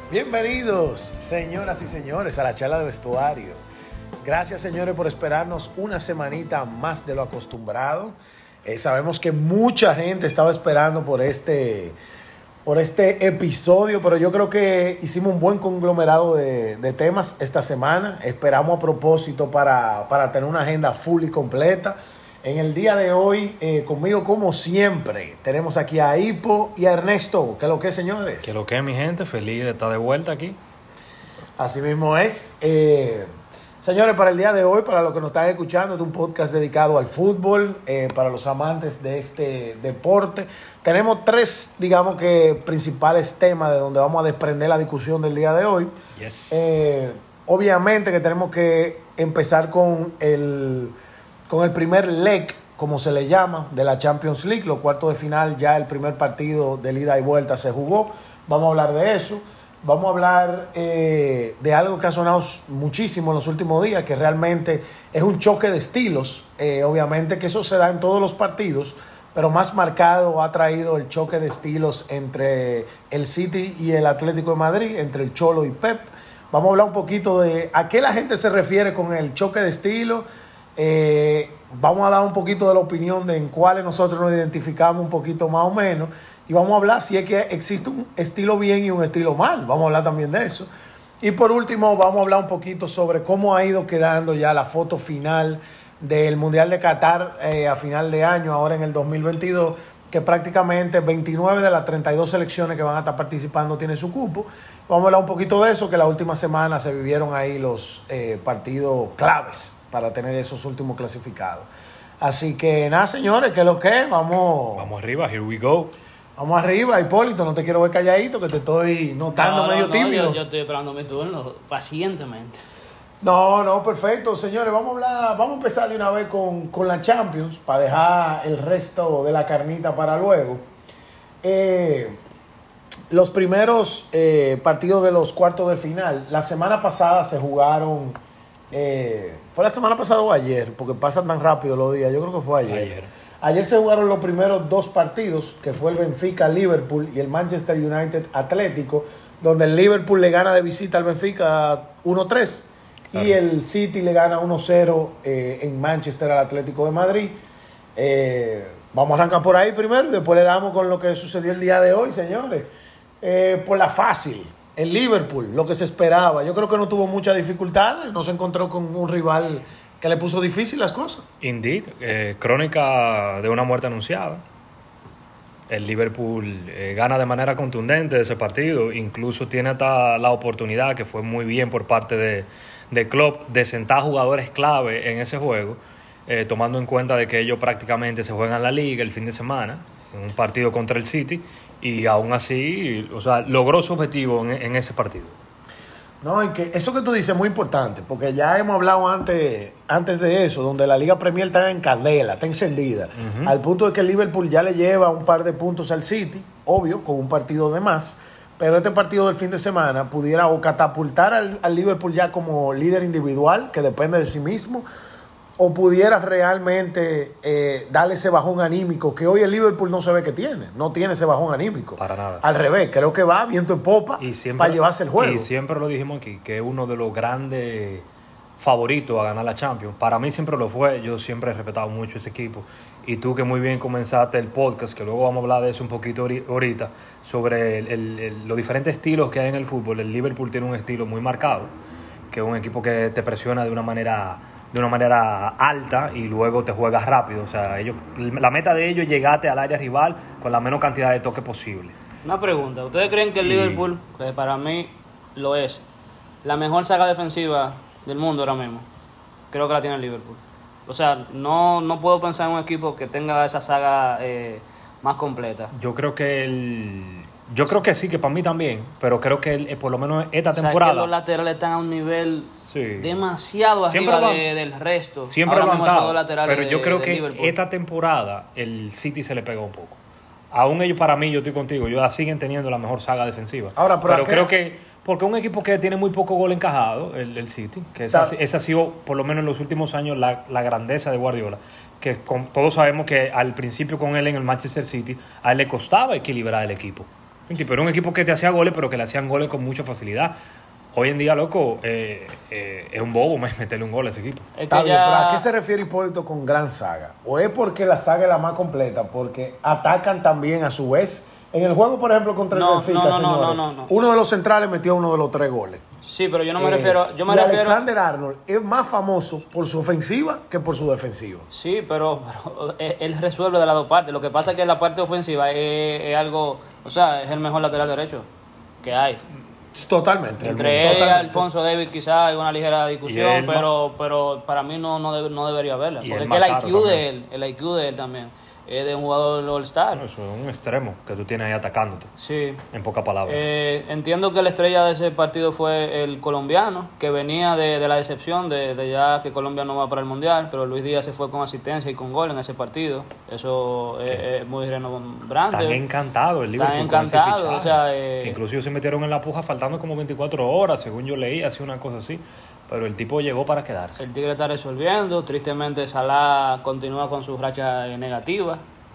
Bienvenidos, señoras y señores, a la charla de vestuario. Gracias, señores, por esperarnos una semanita más de lo acostumbrado. Sabemos que mucha gente estaba esperando por este episodio, pero yo creo que hicimos un buen conglomerado de temas esta semana. Esperamos a propósito para tener una agenda full y completa. En el día de hoy, conmigo como siempre, tenemos aquí a Hipo y a Ernesto. ¿Qué es lo que, señores? ¿Qué es lo que, mi gente? Feliz de estar de vuelta aquí. Así mismo es. Señores, para el día de hoy, para los que nos están escuchando, es un podcast dedicado al fútbol, para los amantes de este deporte. Tenemos tres, digamos que, principales temas de donde vamos a desprender la discusión del día de hoy. Yes. Obviamente que tenemos que empezar con el primer leg, como se le llama, de la Champions League, los cuartos de final. Ya el primer partido de ida y vuelta se jugó. Vamos a hablar de eso. Vamos a hablar de algo que ha sonado muchísimo en los últimos días, que realmente es un choque de estilos. Obviamente que eso se da en todos los partidos, pero más marcado ha traído el choque de estilos entre el City y el Atlético de Madrid, entre el Cholo y Pep. Vamos a hablar un poquito de a qué la gente se refiere con el choque de estilos. Vamos a dar un poquito de la opinión de en cuáles nosotros nos identificamos un poquito más o menos, y vamos a hablar si es que existe un estilo bien y un estilo mal. Vamos a hablar también de eso. Y por último vamos a hablar un poquito sobre cómo ha ido quedando ya la foto final del Mundial de Qatar a final de año, ahora en el 2022, que prácticamente 29 de las 32 selecciones que van a estar participando tienen su cupo. Vamos a hablar un poquito de eso, que la última semana se vivieron ahí los partidos claves para tener esos últimos clasificados. Así que nada, señores, ¿qué es lo que es? Vamos arriba, here we go. Vamos arriba, Hipólito, no te quiero ver calladito, que te estoy notando medio tímido. Yo estoy esperando mi turno pacientemente. No, perfecto, señores, vamos a empezar de una vez con la Champions, para dejar el resto de la carnita para luego. Los primeros partidos de los cuartos de final, la semana pasada se jugaron. ¿Fue la semana pasada o ayer? Porque pasan tan rápido los días. Yo creo que fue ayer. Ayer se jugaron los primeros dos partidos, que fue el Benfica-Liverpool y el Manchester United-Atlético, donde el Liverpool le gana de visita al Benfica 1-3 y el City le gana 1-0 en Manchester al Atlético de Madrid. Vamos a arrancar por ahí primero y después le damos con lo que sucedió el día de hoy, señores. Por la fácil. El Liverpool, lo que se esperaba. Yo creo que no tuvo muchas dificultades. No se encontró con un rival que le puso difícil las cosas. Indeed. Crónica de una muerte anunciada. El Liverpool gana de manera contundente ese partido. Incluso tiene hasta la oportunidad, que fue muy bien por parte de Klopp, de sentar jugadores clave en ese juego, tomando en cuenta de que ellos prácticamente se juegan la liga el fin de semana, en un partido contra el City. Y aún así, o sea, logró su objetivo en ese partido. No, y que eso que tú dices es muy importante, porque ya hemos hablado antes de eso, donde la Liga Premier está en candela, está encendida, al punto de que el Liverpool ya le lleva un par de puntos al City, obvio, con un partido de más, pero este partido del fin de semana pudiera o catapultar al Liverpool ya como líder individual, que depende de sí mismo, o pudiera realmente darle ese bajón anímico que hoy el Liverpool no se ve que tiene. No tiene ese bajón anímico. Para nada. Al revés, creo que va viento en popa para llevarse el juego. Y siempre lo dijimos aquí, que es uno de los grandes favoritos a ganar la Champions. Para mí siempre lo fue. Yo siempre he respetado mucho ese equipo. Y tú que muy bien comenzaste el podcast, que luego vamos a hablar de eso un poquito ahorita, sobre los diferentes estilos que hay en el fútbol. El Liverpool tiene un estilo muy marcado, que es un equipo que te presiona de una manera alta y luego te juegas rápido. O sea, la meta de ellos es llegarte al área rival con la menor cantidad de toques posible. Una pregunta, ¿ustedes creen que el Liverpool, que para mí lo es, la mejor saga defensiva del mundo ahora mismo? Creo que la tiene el Liverpool. O sea, no puedo pensar en un equipo que tenga esa saga más completa. Yo creo que sí, que para mí también, pero creo que por lo menos esta temporada... O sea, que los laterales están a un nivel demasiado arriba del resto. Siempre lo han estado, pero yo creo que Liverpool, esta temporada el City se le pegó un poco. Aún ellos, para mí, yo estoy contigo, ellos la siguen teniendo la mejor saga defensiva. Ahora, pero creo que, porque es un equipo que tiene muy poco gol encajado, el City, que esa ha sido, por lo menos en los últimos años, la grandeza de Guardiola. Que todos sabemos que al principio con él en el Manchester City, a él le costaba equilibrar el equipo. Pero era un equipo que te hacía goles, pero que le hacían goles con mucha facilidad. Hoy en día, loco, es un bobo meterle un gol a ese equipo. Está bien, pero ¿a qué se refiere Hipólito con gran saga? ¿O es porque la saga es la más completa? Porque atacan también a su vez. En el juego, por ejemplo, contra el Benfica, señores, uno de los centrales metió uno de los 3 goles. Sí, pero yo no me refiero... Alexander Arnold es más famoso por su ofensiva que por su defensiva. Sí, pero él resuelve de las dos partes. Lo que pasa es que la parte ofensiva es algo... O sea, es el mejor lateral derecho que hay. Totalmente. Entre él y Alfonso Davis quizás hay una ligera discusión, pero para mí no debería haberla. Porque es que el IQ de él también es de un jugador All-Star. No, eso es un extremo que tú tienes ahí atacándote. Sí. En pocas palabras. Entiendo que la estrella de ese partido fue el colombiano, que venía de la decepción de ya que Colombia no va para el Mundial, pero Luis Díaz se fue con asistencia y con gol en ese partido. Eso es muy renombrante. Están encantados el Liverpool. Están encantados. O sea, que inclusive se metieron en la puja faltando como 24 horas, según yo leí, así una cosa así. Pero el tipo llegó para quedarse. El Tigre está resolviendo. Tristemente, Salah continúa con su racha negativa.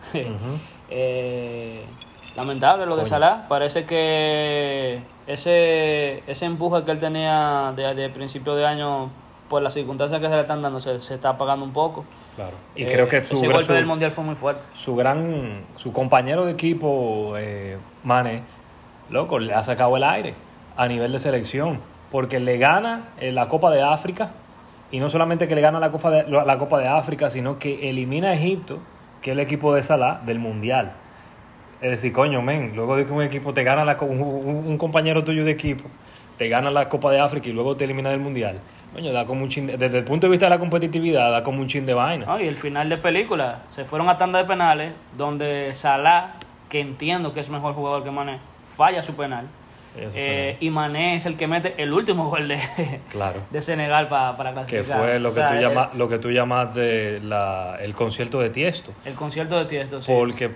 Lamentable lo de Salah. Parece que ese empuje que él tenía de principio de año, por las circunstancias que se le están dando, se está apagando un poco. Claro. Y creo que ese golpe del Mundial fue muy fuerte. Su compañero de equipo, Mané, loco, le ha sacado el aire a nivel de selección. Porque le gana la Copa de África, y no solamente que le gana la Copa de África, sino que elimina a Egipto, que es el equipo de Salah, del Mundial. Es decir, coño, luego de que un equipo te gana, un compañero tuyo de equipo, te gana la Copa de África y luego te elimina del Mundial, coño, da como un chin desde el punto de vista de la competitividad, da como un chin de vaina. Y el final de película, se fueron a tanda de penales, donde Salah, que entiendo que es mejor jugador que Mané, falla su penal. Y Mané es el que mete el último gol de Senegal para clasificar. Que fue lo que tú llamas el concierto de Tiesto. El concierto de Tiesto, sí. Porque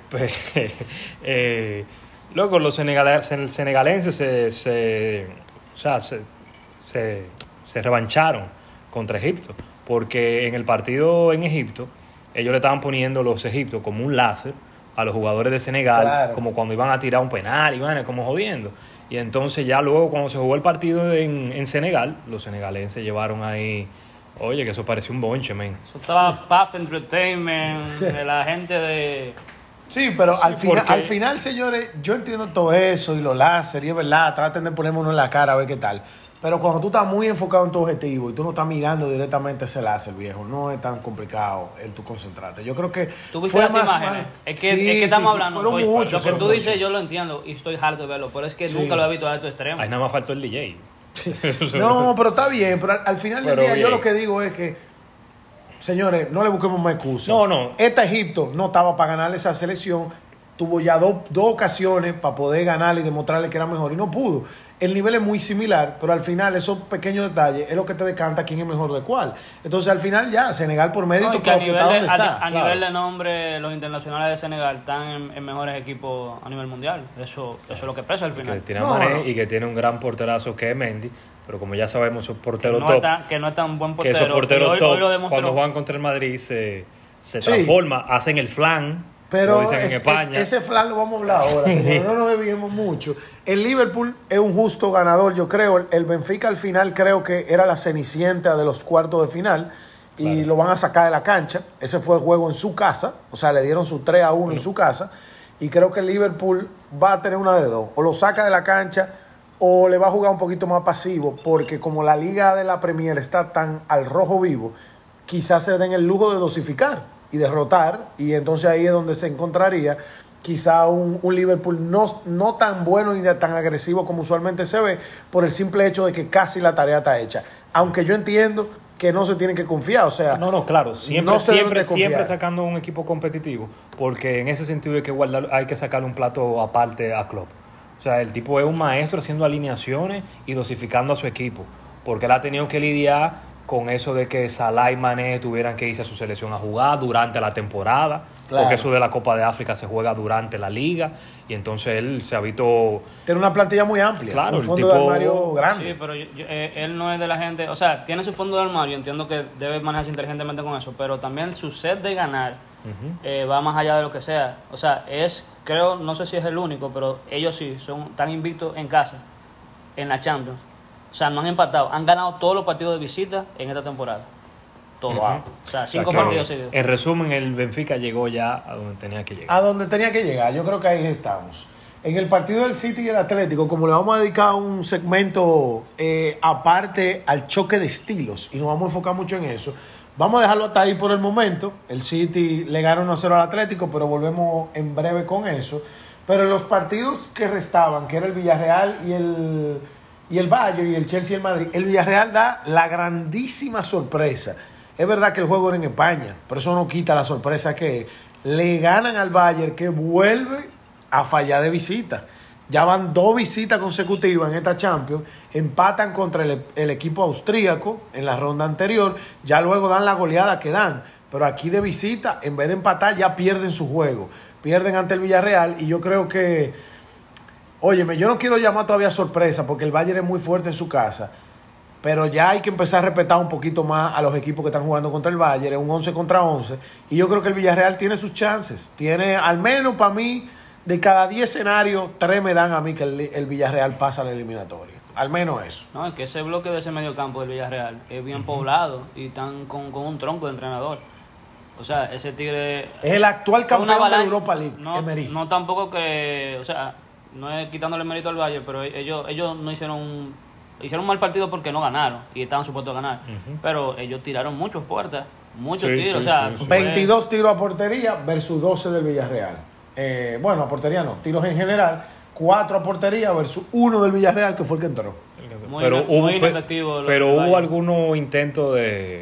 luego los senegalenses se revancharon contra Egipto, porque en el partido en Egipto ellos le estaban poniendo los egipcios como un láser a los jugadores de Senegal, claro, como cuando iban a tirar un penal, iban como jodiendo. Y entonces ya luego cuando se jugó el partido en Senegal, los senegalenses llevaron ahí, oye, que eso parecía un bonche, men. Eso estaba Pap Entertainment, de la gente de... Sí, pero al final, señores, yo entiendo todo eso y los láser, y es verdad, traten de ponerme uno en la cara a ver qué tal. Pero cuando tú estás muy enfocado en tu objetivo y tú no estás mirando directamente ese láser, viejo, no es tan complicado el tú concentrarte. Yo creo que ¿tú viste las imágenes? Es que estamos hablando. Fueron muchos. Lo que tú dices yo lo entiendo y estoy harto de verlo, pero es que nunca lo he visto a estos extremos. Ahí nada más faltó el DJ. No, pero está bien. Pero al final del día yo lo que digo es que, señores, no le busquemos más excusas. No. Egipto no estaba para ganar esa selección. Tuvo ya dos ocasiones para poder ganarle y demostrarle que era mejor y no pudo. El nivel es muy similar, pero al final esos pequeños detalles es lo que te decanta quién es mejor de cuál. Entonces al final ya Senegal por mérito no, propio está donde está. A nivel de nombre, los internacionales de Senegal están en mejores equipos a nivel mundial. Eso es lo que pesa al final. Que tiene Mané y que tiene un gran porterazo que es Mendy, pero como ya sabemos, esos porteros top. Que no es tan buen portero. Que esos porteros top, cuando juegan contra el Madrid, se transforma, hacen el flan. Pero ese flan lo vamos a hablar ahora, no nos debíamos mucho. El Liverpool es un justo ganador, yo creo. El Benfica al final creo que era la cenicienta de los cuartos de final y lo van a sacar de la cancha. Ese fue el juego en su casa, o sea, le dieron su 3-1 en su casa y creo que el Liverpool va a tener una de dos. O lo saca de la cancha o le va a jugar un poquito más pasivo, porque como la liga de la Premier está tan al rojo vivo, quizás se den el lujo de dosificar y derrotar, y entonces ahí es donde se encontraría quizá un Liverpool no tan bueno y tan agresivo como usualmente se ve, por el simple hecho de que casi la tarea está hecha. Aunque yo entiendo que no se tienen que confiar, o sea... No, claro, siempre sacando un equipo competitivo, porque en ese sentido hay que sacarle un plato aparte a Klopp. O sea, el tipo es un maestro haciendo alineaciones y dosificando a su equipo, porque él ha tenido que lidiar con eso de que Salah y Mané tuvieran que irse a su selección a jugar durante la temporada, claro, porque eso de la Copa de África se juega durante la liga, y entonces él se ha visto... Tiene una plantilla muy amplia, claro, un fondo de armario grande. Sí, pero él no es de la gente... O sea, tiene su fondo de armario, entiendo que debe manejarse inteligentemente con eso, pero también su sed de ganar va más allá de lo que sea. O sea, creo, no sé si es el único, pero ellos sí están invictos en casa, en la Champions. O sea, no han empatado, han ganado todos los partidos de visita en esta temporada. Todos. Wow. O sea, 5 partidos seguidos. En resumen, el Benfica llegó ya a donde tenía que llegar. A donde tenía que llegar, yo creo que ahí estamos. En el partido del City y el Atlético, como le vamos a dedicar un segmento aparte al choque de estilos y nos vamos a enfocar mucho en eso, vamos a dejarlo hasta ahí por el momento. El City le ganó 1-0 al Atlético, pero volvemos en breve con eso. Pero en los partidos que restaban, que era el Villarreal y el Bayern y el Chelsea y el Madrid, el Villarreal da la grandísima sorpresa. Es verdad que el juego era en España, pero eso no quita la sorpresa que le ganan al Bayern, que vuelve a fallar de visita. Ya van 2 visitas consecutivas en esta Champions, empatan contra el equipo austríaco en la ronda anterior, ya luego dan la goleada que dan, pero aquí de visita, en vez de empatar, ya pierden su juego, pierden ante el Villarreal, y yo creo que, óyeme, yo no quiero llamar todavía sorpresa, porque el Bayern es muy fuerte en su casa, pero ya hay que empezar a respetar un poquito más a los equipos que están jugando contra el Bayern, es un 11 contra 11, y yo creo que el Villarreal tiene sus chances, tiene, al menos para mí, de cada 10 escenarios, 3 me dan a mí que el Villarreal pasa a la eliminatoria. Al menos eso. No, es que ese bloque de ese medio campo del Villarreal es bien poblado y están con un tronco de entrenador. O sea, ese Tigre... Es el actual campeón de la Europa League, Emery. No tampoco que... O sea, no es quitándole mérito al Bayern, pero ellos no hicieron un mal partido porque no ganaron y estaban supuestos a ganar. Pero ellos tiraron muchas puertas, muchos tiros. Sí, o sea, sí. 22 tiros a portería versus 12 del Villarreal. Bueno, a portería no, tiros en general, 4 a portería versus 1 del Villarreal, que fue el que entró. Muy inefectivo. Pero hubo algunos intentos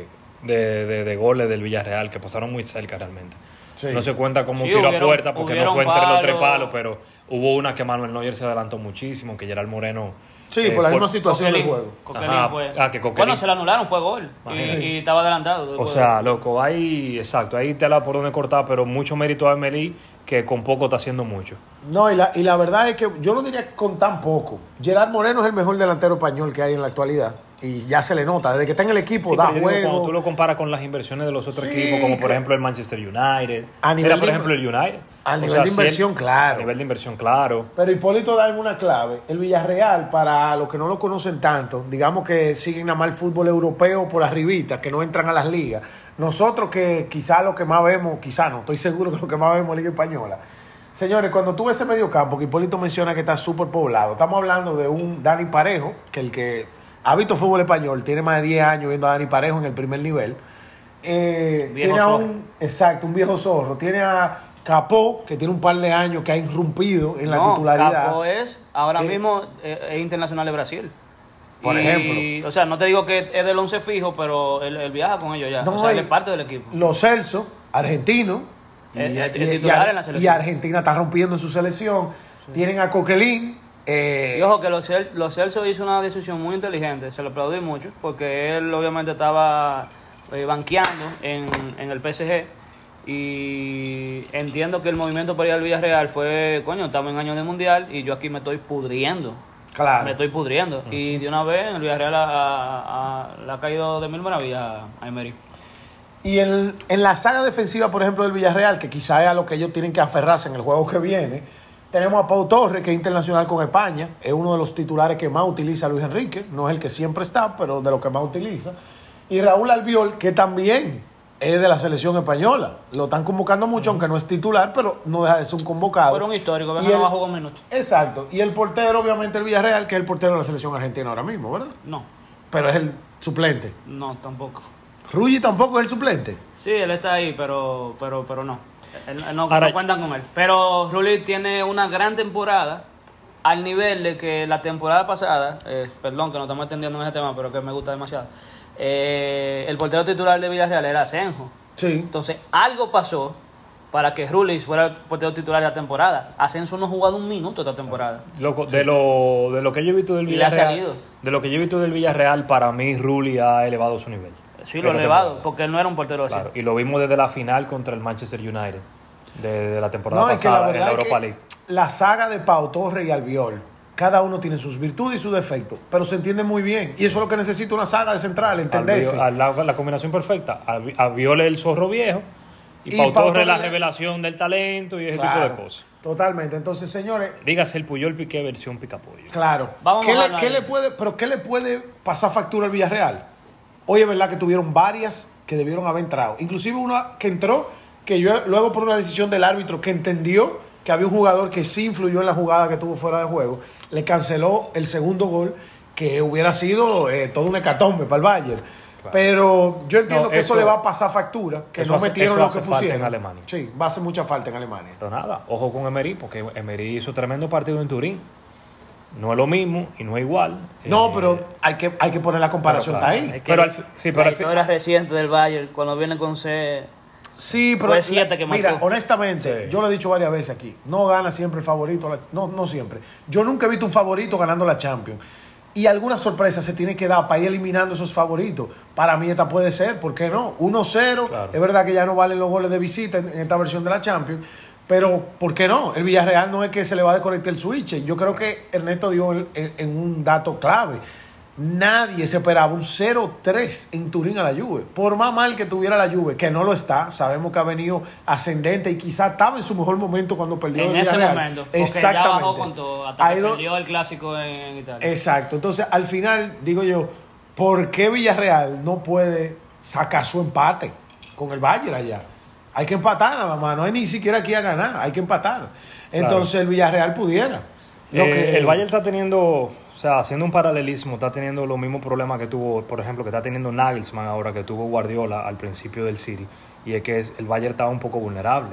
de goles del Villarreal que pasaron muy cerca realmente. Sí. No se cuenta como un tiro a puerta porque no fue entre los 3 palos, pero hubo una que Manuel Neuer se adelantó muchísimo, que Gerard Moreno... Sí, por la misma situación del juego. Coquelin fue. Bueno, se le anularon, fue gol. Y estaba adelantado. O sea, loco, ahí te la por donde cortar, pero mucho mérito a Emery, que con poco está haciendo mucho. No, y la verdad es que yo lo diría con tan poco. Gerard Moreno es el mejor delantero español que hay en la actualidad. Y ya se le nota, desde que está en el equipo, da juego. Cuando tú lo comparas con las inversiones de los otros equipos, como por ejemplo el Manchester United. Por ejemplo el United. A nivel de inversión, claro. A nivel de inversión, claro. Pero Hipólito da en una clave. El Villarreal, para los que no lo conocen tanto, digamos que siguen nada más el fútbol europeo por arribita, que no entran a las ligas. Nosotros que quizás lo que más vemos, quizás no, estoy seguro que lo que más vemos es Liga Española. Señores, cuando tú ves ese medio campo, que Hipólito menciona que está súper poblado, estamos hablando de un Dani Parejo, que el que ha visto fútbol español, tiene más de 10 años viendo a Dani Parejo en el primer nivel. Tiene a un viejo zorro. Tiene a Capó, que tiene un par de años que ha irrumpido en la titularidad. Capó ahora mismo es internacional de Brasil. Por ejemplo. O sea, no te digo que es del 11 fijo, pero él viaja con ellos ya. No, o sea, él es parte del equipo. Los Celso, argentino. Titular en la selección. Y Argentina está rompiendo en su selección. Sí. Tienen a Coquelin. Y ojo que los Celso hizo una decisión muy inteligente. Se lo aplaudí mucho, porque él obviamente estaba banqueando en el PSG. Y entiendo que el movimiento para ir al Villarreal fue, estamos en años de mundial y yo aquí me estoy pudriendo. Claro. Me estoy pudriendo. Uh-huh. Y de una vez el Villarreal le ha caído de mil maravillas a Emery. Y en la saga defensiva, por ejemplo, del Villarreal, que quizá es a lo que ellos tienen que aferrarse en el juego que viene, tenemos a Pau Torres, que es internacional con España. Es uno de los titulares que más utiliza Luis Enrique. No es el que siempre está, pero de los que más utiliza. Y Raúl Albiol, que también es de la selección española. Lo están convocando mucho, aunque no es titular, pero no deja de ser un convocado. Pero un histórico, que no va a jugar un minuto. Exacto. Y el portero, obviamente, el Villarreal, que es el portero de la selección argentina ahora mismo, ¿verdad? No. Pero es el suplente. No, tampoco. ¿Rulli tampoco es el suplente? Sí, él está ahí, pero no. No cuentan con él. Pero Rulli tiene una gran temporada al nivel de que la temporada pasada, perdón que no estamos extendiendo en ese tema, pero que me gusta demasiado, el portero titular de Villarreal era Asenjo. Sí. Entonces, algo pasó para que Rulli fuera el portero titular de la temporada. Asenjo no ha jugado un minuto esta temporada. Loco, de lo que yo he visto del Villarreal, para mí Rulli ha elevado su nivel. Sí, lo ha elevado, porque él no era un portero así. Claro, y lo vimos desde la final contra el Manchester United de la temporada pasada en la Europa League. La saga de Pau Torres y Albiol, cada uno tiene sus virtudes y sus defectos, pero se entiende muy bien. Y eso es lo que necesita una saga de central, entenderse. La combinación perfecta. Albiol es el zorro viejo Y Pau Torres la revelación del talento y ese tipo de cosas. Totalmente. Entonces, señores... Dígase el Puyol Piqué versión picapollo. Claro. ¿Qué le puede pasar factura al Villarreal? Hoy es verdad que tuvieron varias que debieron haber entrado. Inclusive una que entró, que yo luego por una decisión del árbitro que entendió que había un jugador que sí influyó en la jugada que tuvo fuera de juego, le canceló el segundo gol, que hubiera sido todo un hecatombe para el Bayern. Claro. Pero yo entiendo que eso le va a pasar factura, que no metieron lo que pusieron. En Alemania. Sí, va a hacer mucha falta en Alemania. Pero nada, ojo con Emery, porque Emery hizo tremendo partido en Turín. No es lo mismo y no es igual. No, pero hay que poner la comparación, claro, está ahí. Pero la historia reciente del Bayern, cuando viene con Sí, pero mira, honestamente, sí, yo lo he dicho varias veces aquí, no gana siempre el favorito, no siempre. Yo nunca he visto un favorito ganando la Champions. Y alguna sorpresa se tiene que dar para ir eliminando esos favoritos. Para mí esta puede ser, ¿por qué no? 1-0, claro. Es verdad que ya no valen los goles de visita en esta versión de la Champions, pero ¿por qué no? El Villarreal no es que se le va a desconectar el switch. Yo creo que Ernesto dio en un dato clave. Nadie se esperaba un 0-3 en Turín a la Juve. Por más mal que tuviera la Juve, que no lo está, sabemos que ha venido ascendente y quizás estaba en su mejor momento cuando perdió en el ese Villarreal. Momento, porque exactamente. Ya bajó con todo, hasta que perdió el clásico en Italia. Exacto. Entonces, al final, digo yo, ¿por qué Villarreal no puede sacar su empate con el Bayern allá? Hay que empatar nada más, no hay ni siquiera aquí a ganar, hay que empatar. Entonces, claro, el Villarreal pudiera. El Bayern está teniendo, o sea, haciendo un paralelismo, está teniendo los mismos problemas que tuvo, por ejemplo, que está teniendo Nagelsmann ahora, que tuvo Guardiola al principio del City, y es que el Bayern estaba un poco vulnerable,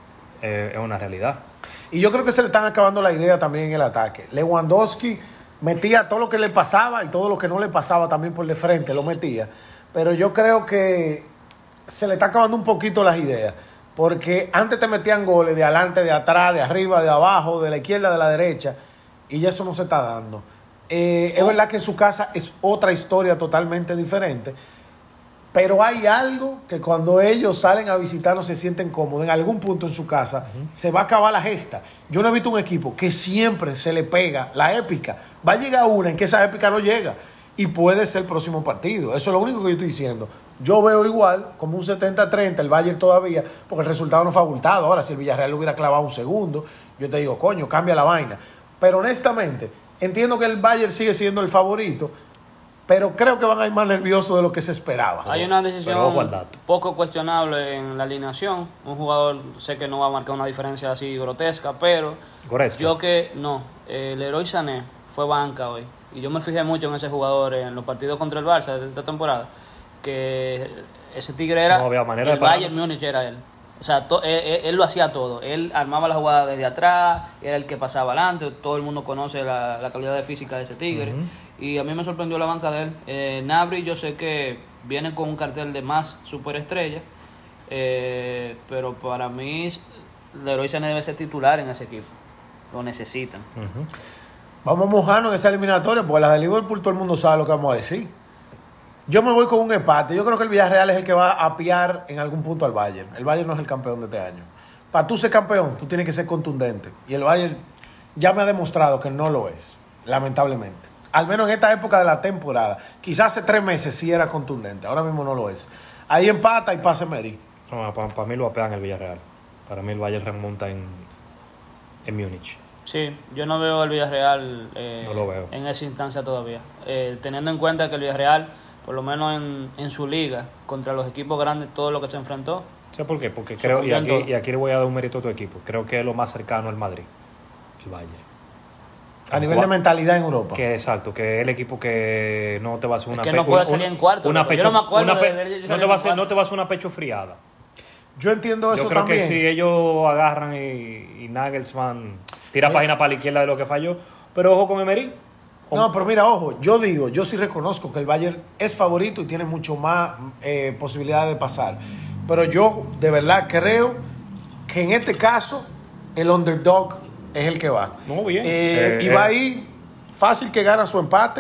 es una realidad. Y yo creo que se le están acabando la idea también en el ataque. Lewandowski metía todo lo que le pasaba y todo lo que no le pasaba también por de frente, lo metía. Pero yo creo que se le está acabando un poquito las ideas. Porque antes te metían goles de adelante, de atrás, de arriba, de abajo, de la izquierda, de la derecha. Y ya eso no se está dando. Es verdad que en su casa es otra historia totalmente diferente. Pero hay algo que cuando ellos salen a visitar no se sienten cómodos. En algún punto en su casa se va a acabar la gesta. Yo no he visto un equipo que siempre se le pega la épica. Va a llegar una en que esa épica no llega. Y puede ser el próximo partido. Eso es lo único que yo estoy diciendo. Yo veo igual, como un 70-30, el Bayern todavía, porque el resultado no fue abultado. Ahora, si el Villarreal hubiera clavado un segundo, yo te digo, coño, cambia la vaina. Pero honestamente, entiendo que el Bayern sigue siendo el favorito, pero creo que van a ir más nerviosos de lo que se esperaba. Hay una decisión poco cuestionable en la alineación. Un jugador, sé que no va a marcar una diferencia así grotesca, pero yo que no. Leroy Sané fue banca hoy. Y yo me fijé mucho en ese jugador en los partidos contra el Barça de esta temporada, que ese tigre era el Bayern Múnich, era él. O sea, él lo hacía todo. Él armaba la jugada desde atrás, era el que pasaba adelante. Todo el mundo conoce la calidad de física de ese tigre. Y a mí me sorprendió la banca de él. Gnabry, yo sé que viene con un cartel de más superestrellas, pero para mí Leroy Sané debe ser titular en ese equipo. Lo necesitan. Vamos a mojarnos en esa eliminatoria, porque la de Liverpool todo el mundo sabe lo que vamos a decir. Yo me voy con un empate. Yo creo que el Villarreal es el que va a piar en algún punto al Bayern. El Bayern no es el campeón de este año. Para tú ser campeón, tú tienes que ser contundente. Y el Bayern ya me ha demostrado que no lo es, lamentablemente. Al menos en esta época de la temporada. Quizás hace 3 meses sí era contundente. Ahora mismo no lo es. Ahí empata y pasa Emery. No, para mí lo apean el Villarreal. Para mí el Bayern remonta en Múnich. Sí, yo no veo al Villarreal no lo veo en esa instancia todavía. Teniendo en cuenta que el Villarreal, por lo menos en su liga, contra los equipos grandes, todo lo que se enfrentó. ¿Sabes por qué? Porque creo, y aquí le voy a dar un mérito a tu equipo, creo que es lo más cercano al Madrid, el Bayern. A nivel de mentalidad en Europa. Que exacto, que es el equipo que no te va a hacer una que no puede salir en cuarto. No te va a hacer una pecho friada. Yo entiendo eso también. Yo creo que si ellos agarran y Nagelsmann tira página para la izquierda de lo que falló, pero ojo con Emery. No, pero mira, ojo, yo sí reconozco que el Bayern es favorito y tiene mucho más posibilidad de pasar. Pero yo de verdad creo que en este caso el underdog es el que va. Muy bien. Y va ahí fácil que gana su empate.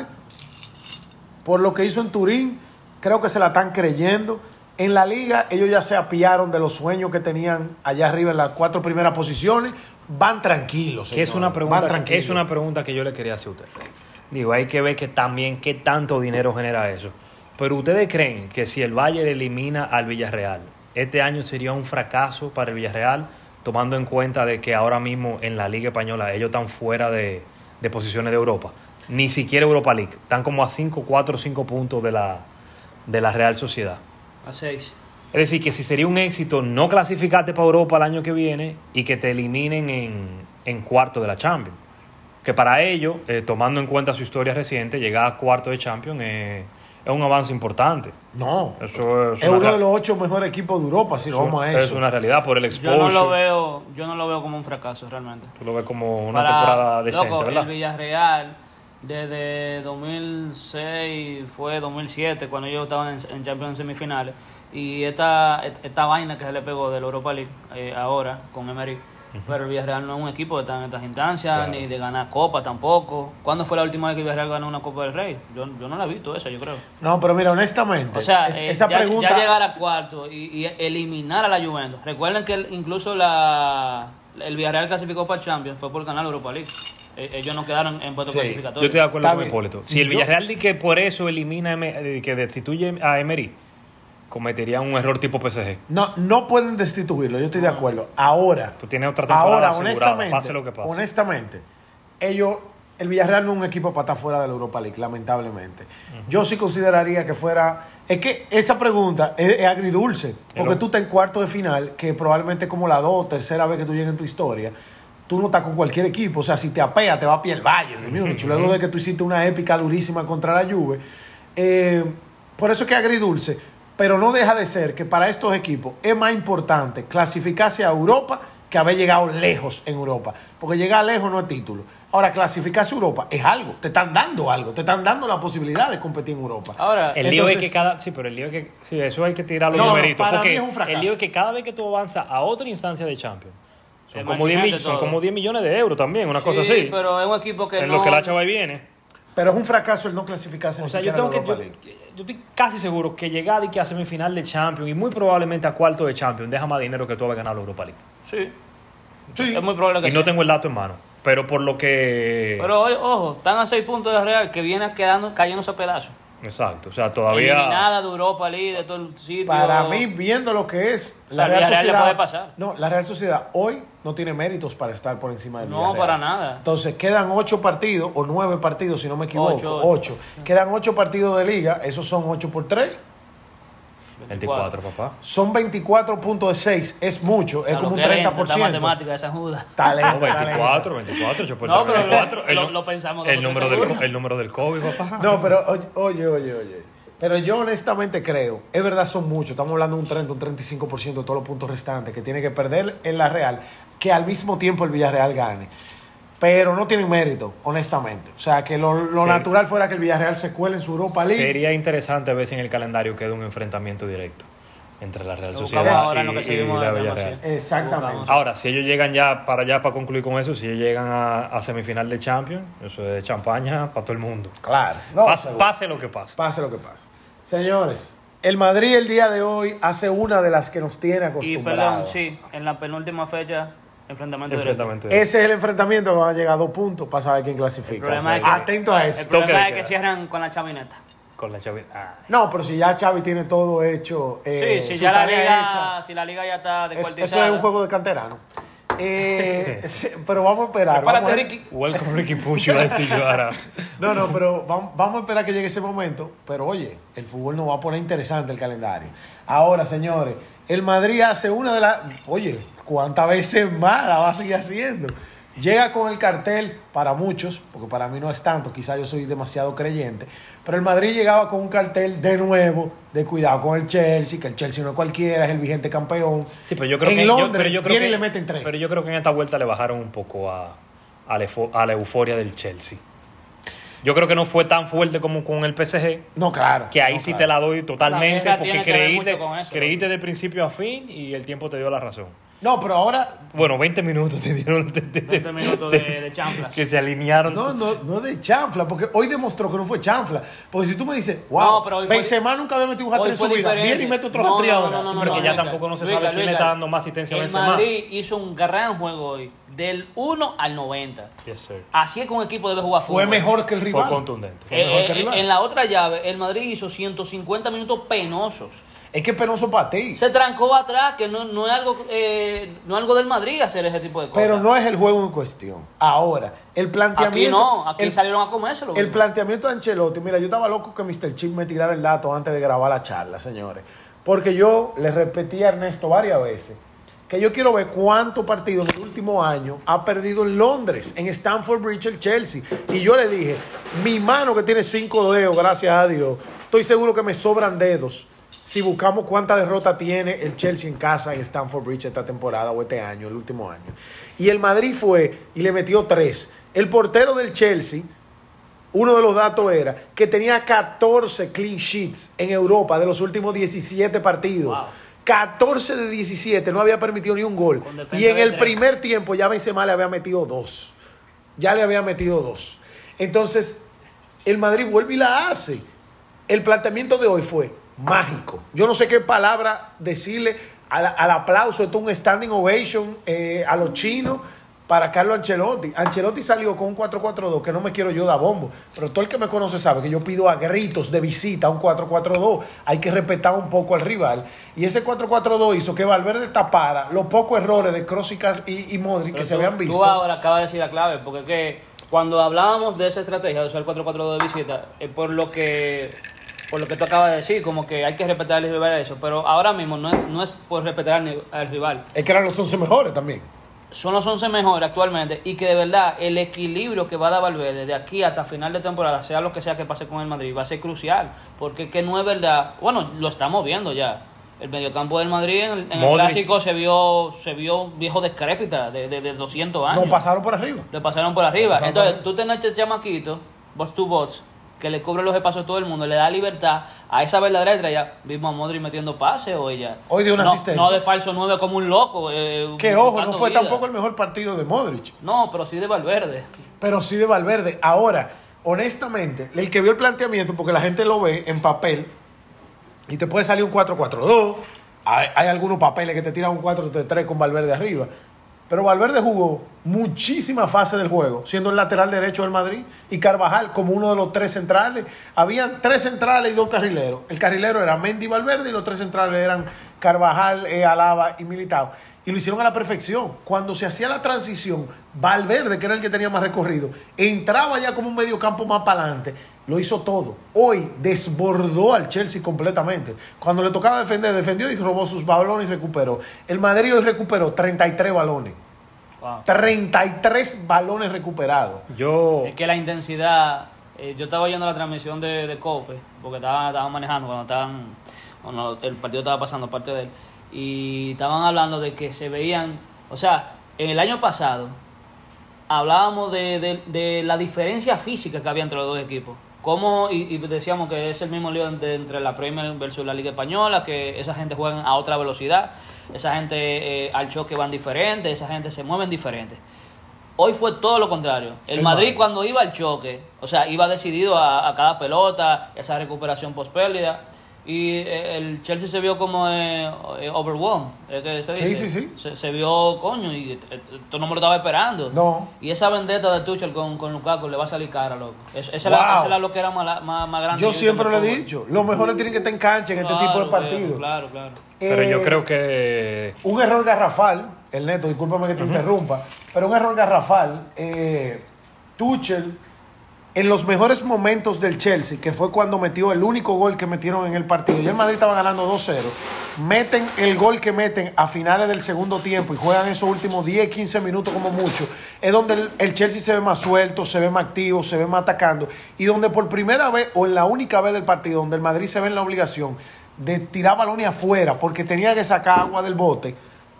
Por lo que hizo en Turín, creo que se la están creyendo. En la liga ellos ya se apiaron de los sueños que tenían allá arriba en las 4 primeras posiciones. Van tranquilos. Que es una pregunta que yo le quería hacer a usted. Digo, hay que ver que también qué tanto dinero genera eso. Pero ustedes creen que si el Bayern elimina al Villarreal, este año sería un fracaso para el Villarreal, tomando en cuenta de que ahora mismo en la Liga Española ellos están fuera de posiciones de Europa. Ni siquiera Europa League. Están como a 4 o 5 puntos de la Real Sociedad. A 6. Es decir, que si sería un éxito no clasificarte para Europa el año que viene y que te eliminen en cuarto de la Champions. Que para ellos, tomando en cuenta su historia reciente, llegar a cuarto de Champions es un avance importante. No, Eso es uno de los 8 mejores equipos de Europa, si lo vamos a eso. Es una realidad por el exposure. Yo no lo veo como un fracaso realmente. Tú lo ves como una temporada decente, loco, ¿verdad? El Villarreal, desde 2006, fue 2007, cuando ellos estaban en Champions semifinales. Y esta vaina que se le pegó de la Europa League ahora con Emery. Pero el Villarreal no es un equipo que está en estas instancias, Claro. ni de ganar Copa tampoco. ¿Cuándo fue la última vez que el Villarreal ganó una Copa del Rey? Yo no la he visto esa, yo creo. No, pero mira, honestamente, O sea, esa ya pregunta... llegar a cuarto y eliminar a la Juventus. Recuerden que incluso el Villarreal clasificó para el Champions, fue por ganar la Europa League. Ellos no quedaron en puestos Sí, clasificatorios. Yo estoy de acuerdo Está con bien. Hipólito. Si el Yo- Villarreal dice que por eso elimina, que destituye a Emery, cometería un error tipo PSG. No pueden destituirlo, yo estoy de acuerdo. Ahora, Pues tiene otra temporada asegurada, honestamente, pase lo que pase. honestamente, el Villarreal no es un equipo para estar fuera de la Europa League, lamentablemente. Yo sí consideraría que fuera... Es que esa pregunta es agridulce, porque Pero- tú estás en cuarto de final, que probablemente como la 2 o tercera vez que tú llegues en tu historia, tú no estás con cualquier equipo. O sea, si te apea, te va a pie el Bayern de Múnich. Luego de que tú hiciste una épica durísima contra la Juve. Por eso es que es agridulce. Pero no deja de ser que para estos equipos es más importante clasificarse a Europa que haber llegado lejos en Europa. Porque llegar lejos no es título. Ahora, clasificarse a Europa es algo. Te están dando algo. Te están dando la posibilidad de competir en Europa. Ahora, El lío es Entonces- que pero el lío es que, sí, eso hay que tirar los No, numeritos. para porque mí es un fracaso. el lío es que cada vez que tú avanzas a otra instancia de Champions, son Es como, más 10, exigente son todo. como 10 millones de euros también, una cosa sí, así. pero es un equipo que En no... lo que la chava viene. Pero es un fracaso el no clasificarse O ni sea, yo siquiera tengo a la que. Europa League. Yo estoy casi seguro que llegar y que a semifinal de Champions y muy probablemente a cuarto de Champions deja más dinero que tú haber ganado la Europa League. Sí, Sí. es muy probable que Y no sí. tengo el dato en mano. Pero por lo que. Pero ojo, están a 6 puntos de la Real, que viene cayéndose a pedazos. Exacto. O sea, todavía. Eliminada de Europa League, de todo el sitio. Para mí, viendo lo que es O sea, el Villarreal le puede pasar. No, la Real Sociedad hoy no tiene méritos para estar por encima del No, Villarreal. para nada. Entonces, quedan 8 partidos, o 9 partidos, si no me equivoco. Ocho. 8. Quedan 8 partidos de liga, esos son 8 por 3. 24, papá. Son 24.6, es mucho, es A como lo un que lenta, 30%. esta matemática de San Judas. Talento, No, 24, 8 por No, 3, pero 24. lo pensamos El número, nosotros. el número del COVID, papá. No, pero oye. Pero yo honestamente creo, es verdad, son muchos, estamos hablando de un 30, un 35% de todos los puntos restantes que tiene que perder en la Real, que al mismo tiempo el Villarreal gane. Pero no tienen mérito, honestamente. O sea, que lo Sí. natural fuera que el Villarreal se cuele en su Europa League. Sería interesante ver si en el calendario queda un enfrentamiento directo entre la Real Lo Sociedad buscamos ahora en lo y, que seguimos y la hablando, Villarreal. sí. Exactamente. Buscamos. Ahora, si ellos llegan para concluir con eso, si ellos llegan a semifinal de Champions, eso es champaña para todo el mundo. Claro. No, seguro. Pase lo que pase. Pase lo que pase. Señores, el Madrid el día de hoy hace una de las que nos tiene Y acostumbrados. perdón, sí, en la penúltima fecha, enfrentamiento directo. Enfrentamiento directo. Ese es el enfrentamiento que van a llegar a 2 puntos para saber quién clasifica. El problema O sea, es que- atento a eso. El problema Toque de es que queda. cierran con la chavineta. Con la Xavi. No, pero si ya Xavi tiene todo hecho, Sí, si su ya la tarea liga, hecha, si la liga ya está eso descuartizada. es un juego de canterano. Pero vamos a esperar. Prepárate, vamos a- Ricky. Welcome Ricky Push, iba a decir yo ahora. No, pero vamos a esperar que llegue ese momento. Pero oye, el fútbol nos va a poner interesante el calendario. Ahora, señores, el Madrid hace una de las... Oye, ¿cuántas veces más la va a seguir haciendo? Llega con el cartel para muchos, porque para mí no es tanto, quizás yo soy demasiado creyente, pero el Madrid llegaba con un cartel de nuevo, de cuidado con el Chelsea, que el Chelsea no es cualquiera, es el vigente campeón. Sí, pero yo creo En que Londres, pero yo creo viene que, y le meten 3. Pero yo creo que en esta vuelta le bajaron un poco a la euforia del Chelsea. Yo creo que no fue tan fuerte como con el PSG, No, claro. que ahí no, sí claro. te la doy totalmente, La guerra porque tiene que ver mucho con eso, creíste de principio a fin y el tiempo te dio la razón. No, pero ahora... Bueno, 20 minutos te dieron 20 minutos de chanclas. que se alinearon. No de chanfla, porque hoy demostró que no fue chanfla. Porque si tú me dices, wow, No, pero hoy fue- Benzema nunca había metido un Hoy hat-trick en fue su vida, diferente. viene y mete otro No, hat-trick no, ahora. no, no, Porque ya Luis, tampoco no se Luis, sabe quién le Luis, está dando más asistencia a El Benzema. Madrid hizo un gran juego hoy, del 1 al 90. Yes, sir. Así es que un equipo debe jugar Fue fútbol. mejor que el Fue rival. contundente. Fue mejor que el rival. En la otra llave, el Madrid hizo 150 minutos penosos. Es que es penoso para ti. Se trancó atrás, que no es algo del Madrid hacer ese tipo de cosas. Pero no es el juego en cuestión. Ahora, el planteamiento... Aquí salieron a comérselo. El planteamiento de Ancelotti, mira, yo estaba loco que Mr. Chip me tirara el dato antes de grabar la charla, señores. Porque yo le repetí a Ernesto varias veces que yo quiero ver cuántos partidos en el último año ha perdido en Londres, en Stamford Bridge, el Chelsea. Y yo le dije, mi mano que tiene 5 dedos, gracias a Dios, estoy seguro que me sobran dedos si buscamos cuánta derrota tiene el Chelsea en casa en Stamford Bridge esta temporada o este año, el último año. Y el Madrid fue y le metió 3. El portero del Chelsea, uno de los datos era que tenía 14 clean sheets en Europa de los últimos 17 partidos. Wow. 14 de 17, no había permitido ni un gol. Y en el primer tiempo ya Benzema le había metido 2. Ya le había metido 2. Entonces, el Madrid vuelve y la hace. El planteamiento de hoy fue mágico. Yo no sé qué palabra decirle al aplauso. Esto es un standing ovation a los chinos para Carlo Ancelotti. Ancelotti salió con un 4-4-2, que no me quiero yo dar bombo, pero todo el que me conoce sabe que yo pido a gritos de visita un 4-4-2. Hay que respetar un poco al rival. Y ese 4-4-2 hizo que Valverde tapara los pocos errores de Kroos y Modric que se habían visto. Tú ahora acabas de decir la clave, porque es que cuando hablábamos de esa estrategia de usar el 4-4-2 de visita, es por lo que tú acabas de decir, como que hay que respetar al rival a eso. Pero ahora mismo no es por respetar al rival. Es que eran los 11 mejores también. Son los 11 mejores actualmente y que de verdad el equilibrio que va a dar Valverde de aquí hasta final de temporada, sea lo que sea que pase con el Madrid, va a ser crucial, porque que no es verdad, bueno, lo estamos viendo ya. El mediocampo del Madrid en el clásico se vio viejo decrépita de 200 años. Nos pasaron por arriba. Le pasaron por arriba. Entonces, tú tenés este chamaquito, box to box, que le cubre los espacios a todo el mundo, le da libertad a esa verdadera estrella. Vimos a Modric metiendo pases hoy ya. Hoy de una asistencia. No de falso 9 como un loco. Que ojo, no fue tampoco el mejor partido de Modric. No, pero sí de Valverde. Pero sí de Valverde. Ahora, honestamente, el que vio el planteamiento, porque la gente lo ve en papel, y te puede salir un 4-4-2, hay algunos papeles que te tiran un 4-3 con Valverde arriba. Pero Valverde jugó muchísimas fases del juego, siendo el lateral derecho del Madrid, y Carvajal como uno de los 3 centrales. Habían 3 centrales y 2 carrileros. El carrilero era Mendy y Valverde, y los 3 centrales eran Carvajal, Alaba y Militao. Y lo hicieron a la perfección. Cuando se hacía la transición, Valverde, que era el que tenía más recorrido, entraba ya como un mediocampo más para adelante. Lo hizo todo. Hoy desbordó al Chelsea completamente. Cuando le tocaba defender, defendió y robó sus balones y recuperó. El Madrid hoy recuperó 33 balones. Wow. 33 balones recuperados. Es que la intensidad... yo estaba oyendo la transmisión de Cope, porque estaban manejando cuando el partido estaba pasando parte de él. Y estaban hablando de que se veían... O sea, en el año pasado hablábamos de la diferencia física que había entre los dos equipos. Y decíamos que es el mismo lío entre la Premier versus la Liga Española, que esa gente juega a otra velocidad, esa gente al choque van diferentes, esa gente se mueven diferentes. Hoy fue todo lo contrario. El Madrid cuando iba al choque, o sea, iba decidido a cada pelota, esa recuperación post pérdida. Y el Chelsea se vio como overwhelmed, es que se dice. Sí. Se vio, coño, y esto no me lo estaba esperando. No. Y esa vendetta de Tuchel con Lukaku le va a salir cara, loco. Esa es la loquera más grande. Yo siempre lo he dicho, los mejores tienen que estar en cancha en este tipo de partidos. Claro. Pero yo creo que... Un error garrafal, el Neto, discúlpame que te interrumpa, pero un error garrafal, Tuchel... En los mejores momentos del Chelsea, que fue cuando metió el único gol que metieron en el partido, y el Madrid estaba ganando 2-0, meten el gol que meten a finales del segundo tiempo y juegan esos últimos 10-15 minutos como mucho, es donde el Chelsea se ve más suelto, se ve más activo, se ve más atacando, y donde por primera vez, o en la única vez del partido, donde el Madrid se ve en la obligación de tirar balones afuera, porque tenía que sacar agua del bote,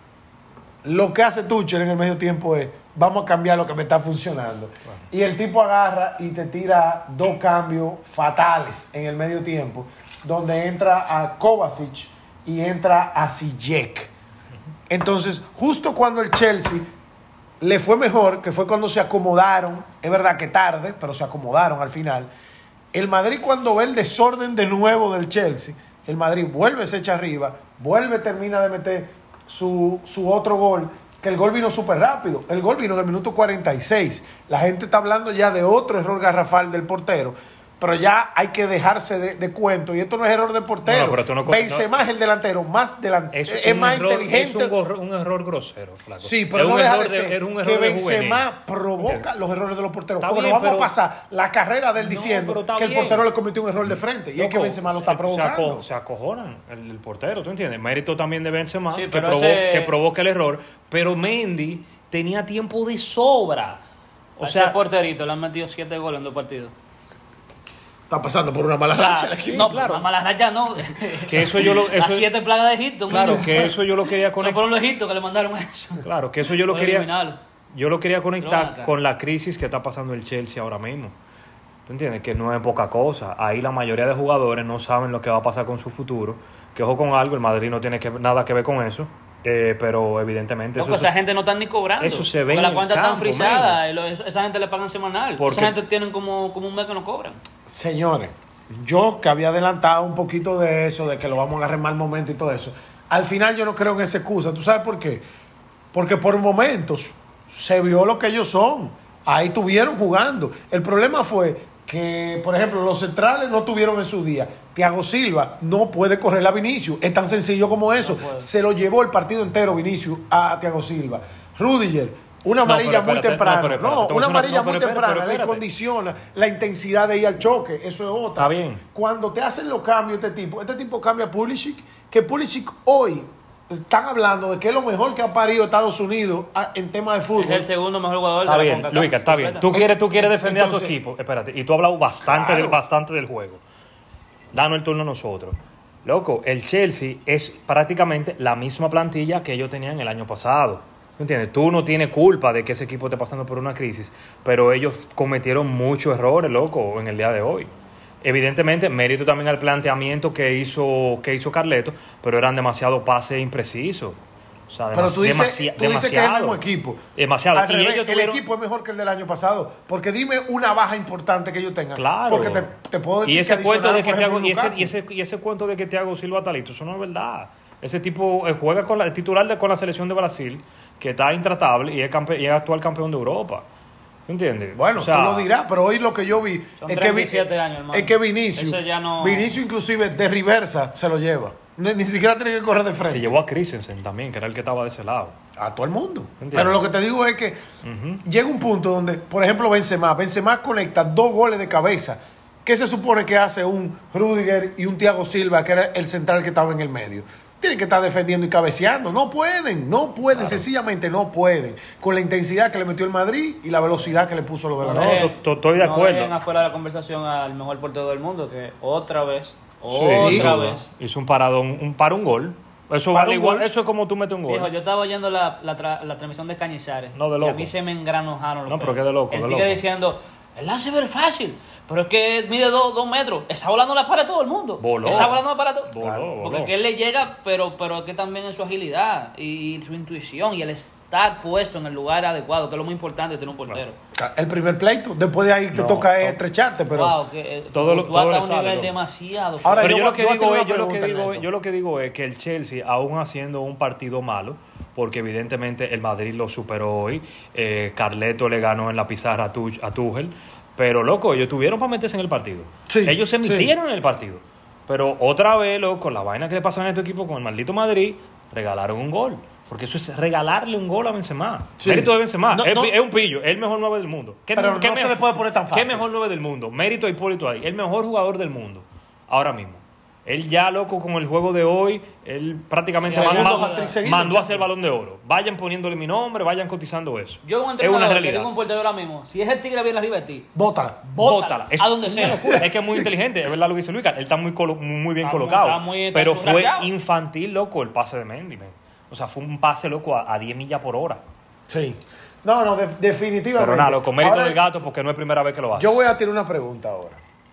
lo que hace Tuchel en el medio tiempo es: vamos a cambiar lo que me está funcionando. Claro. Y el tipo agarra y te tira 2 cambios fatales en el medio tiempo, donde entra a Kovacic y entra a Ziyech. Entonces, justo cuando el Chelsea le fue mejor, que fue cuando se acomodaron, es verdad que tarde, pero se acomodaron al final, el Madrid, cuando ve el desorden de nuevo del Chelsea, el Madrid vuelve, se echa arriba, termina de meter su otro gol, que el gol vino súper rápido. El gol vino en el minuto 46. La gente está hablando ya de otro error garrafal del portero, Pero ya hay que dejarse de cuento. Y esto no es error de portero. No, pero tú no- Benzema es el delantero más es más inteligente. Es un error grosero, flaco. Sí, pero es no un deja error de ser es un error que de Benzema juvenil. provoca los errores de los porteros. Está Porque bien, no vamos pero- a pasar la carrera de él No, diciendo pero está que el bien. portero le cometió un error de frente. Y es que Loco, Benzema lo está provocando. Se acojonan el portero, ¿tú entiendes? Mérito también de Benzema, Sí, que, pero ese- que provoca el error. Pero Mendy tenía tiempo de sobra. O sea, porterito le han metido 7 goles en 2 partidos. Está pasando por una mala O sea, racha el equipo. no, claro. la mala racha no. Que eso yo lo... Las Eso, 7 plagas de Egipto. claro, mínimo. que eso yo lo quería Esos conectar. fueron los Egiptos que le mandaron eso. Claro, que eso yo lo Para quería... eliminarlo. Yo lo quería Pero ven conectar acá. con la crisis que está pasando el Chelsea ahora mismo. ¿Tú entiendes? Que no es poca cosa. Ahí la mayoría de jugadores no saben lo que va a pasar con su futuro. Que ojo con algo, el Madrid no tiene nada que ver con eso. Pero evidentemente Loco, esa gente no está ni cobrando. eso se ve porque en la el cuenta campo, está frisada. Esa gente le pagan semanal. Porque- Esa gente tienen como un mes que no cobran. Señores, yo que había adelantado un poquito de eso, de que lo vamos a agarrar en mal momento y todo eso, al final yo no creo en esa excusa. ¿Tú sabes por qué? Porque por momentos se vio lo que ellos son. Ahí estuvieron jugando. El problema fue que, por ejemplo, los centrales no tuvieron en su día. Thiago Silva no puede correr a Vinicius. Es tan sencillo como eso. No puede. Se lo llevó el partido entero Vinicius a Thiago Silva. Rudiger, una No, amarilla pero muy espérate, temprana. no, pero espérate, No, te voy una a decir amarilla no, muy pero espérate, temprana pero le espérate. condiciona la intensidad de ir al choque. Eso es otra. Está bien. Cuando te hacen los cambios este tipo cambia a Pulisic, que Pulisic hoy están hablando de que es lo mejor que ha parido Estados Unidos en temas de Es fútbol. el segundo mejor jugador Está de la bien, CONCACAF. Luis, está bien. Tú quieres defender a tu Entonces- equipo. Espérate, y tú has hablado bastante, Claro. bastante del juego. Danos el turno a nosotros. Loco, el Chelsea es prácticamente la misma plantilla que ellos tenían el año pasado. ¿Me entiendes? Tú no tienes culpa de que ese equipo esté pasando por una crisis, pero ellos cometieron muchos errores, loco, en el día de hoy. Evidentemente, mérito también al planteamiento que hizo Carleto, pero eran demasiado pases imprecisos. O sea, Pero tú dices que es el demasiado. mismo equipo. Demasiado. Al Y revés, ellos el tuvieron- equipo es mejor que el del año pasado. Porque dime una baja importante que ellos tengan. Claro. Porque te puedo decir y ese que cuento de que adicionaron, por Thiago, ejemplo, y ese cuento de que Thiago Silva está listo, eso no es verdad. Ese tipo juega con el titular con la selección de Brasil, que está intratable y es actual campeón de Europa. ¿Entiendes? Bueno, O sea, tú lo dirás, pero hoy lo que yo vi Son es que, 37 años, hermano. es que Vinicius, Eso ya no- Vinicius inclusive de reversa se lo lleva. Ni siquiera tiene que correr de frente. se llevó a Christensen también, que era el que estaba de ese lado. A todo el mundo. Entiendo. Pero lo que te digo es que llega un punto donde, por ejemplo, Benzema conecta 2 goles de cabeza. ¿Qué se supone que hace un Rudiger y un Thiago Silva, que era el central que estaba en el medio? Tienen que estar defendiendo y cabeceando. No pueden, sencillamente no pueden. Con la intensidad que le metió el Madrid y la velocidad que le puso lo de la No, Real. estoy de acuerdo. No dejen afuera de la conversación al mejor portero del mundo, que otra vez Hizo un paradón, un gol. Eso Para vale un igual, gol. eso es como tú metes un gol. Viejo, yo estaba oyendo la transmisión de Cañizares. No, de Y a loco. mí se me engranojaron los No, pero pelos. que de loco, El de tigre loco. diciendo, el lance es fácil, pero es que mide 2 metros. Esa bola no la para todo el mundo. Voló. Esa bola no la para todo. Voló. Porque que él le llega, pero es que también es su agilidad y su intuición y el estar puesto en el lugar adecuado, que es lo muy importante de tener un portero. El primer pleito, después de ahí te No, toca no. estrecharte, pero Wow, que todo lo- tú todo hasta le un sale, nivel loco. demasiado Ahora, Pero fuerte. yo lo que voy a digo tener es, una pregunta, yo lo que digo es que el Chelsea, aún haciendo un partido malo, porque evidentemente el Madrid lo superó hoy, Carleto le ganó en la pizarra a Tuchel, pero loco, ellos tuvieron para meterse en el partido. Sí, Ellos se sí. metieron en el partido. Pero otra vez, loco, la vaina que le pasan a este equipo con el maldito Madrid, regalaron un gol. Porque eso es regalarle un gol a Benzema. Sí. Mérito de Benzema. No, es, no. es un pillo. Es el mejor 9 del mundo. Pero no se le puede poner tan fácil. ¿Qué mejor 9 del mundo? Mérito a Hipólito ahí. El mejor jugador del mundo. Ahora mismo. Él ya, loco, con el juego de hoy, él prácticamente Segundo hat-trick seguido, mandó a hacer el Champions. Balón de Oro. Vayan poniéndole mi nombre, vayan cotizando eso. Yo un es una entrenador que realidad. tengo un portero ahora mismo. Si es el tigre bien arriba de ti, bótala. bótala. Es A donde una sea. locura. Es que es muy inteligente, es verdad lo que dice Luis. Él está muy bien Está colocado. muy pero fue rayado. infantil, loco, el pase de Mendy, man. O sea, fue un pase, loco, a 10 millas por hora. Sí. No, definitivamente. Pero nada, loco, mérito Ahora, del gato porque no es primera vez que lo hace. Yo voy a tirar una pregunta ahora.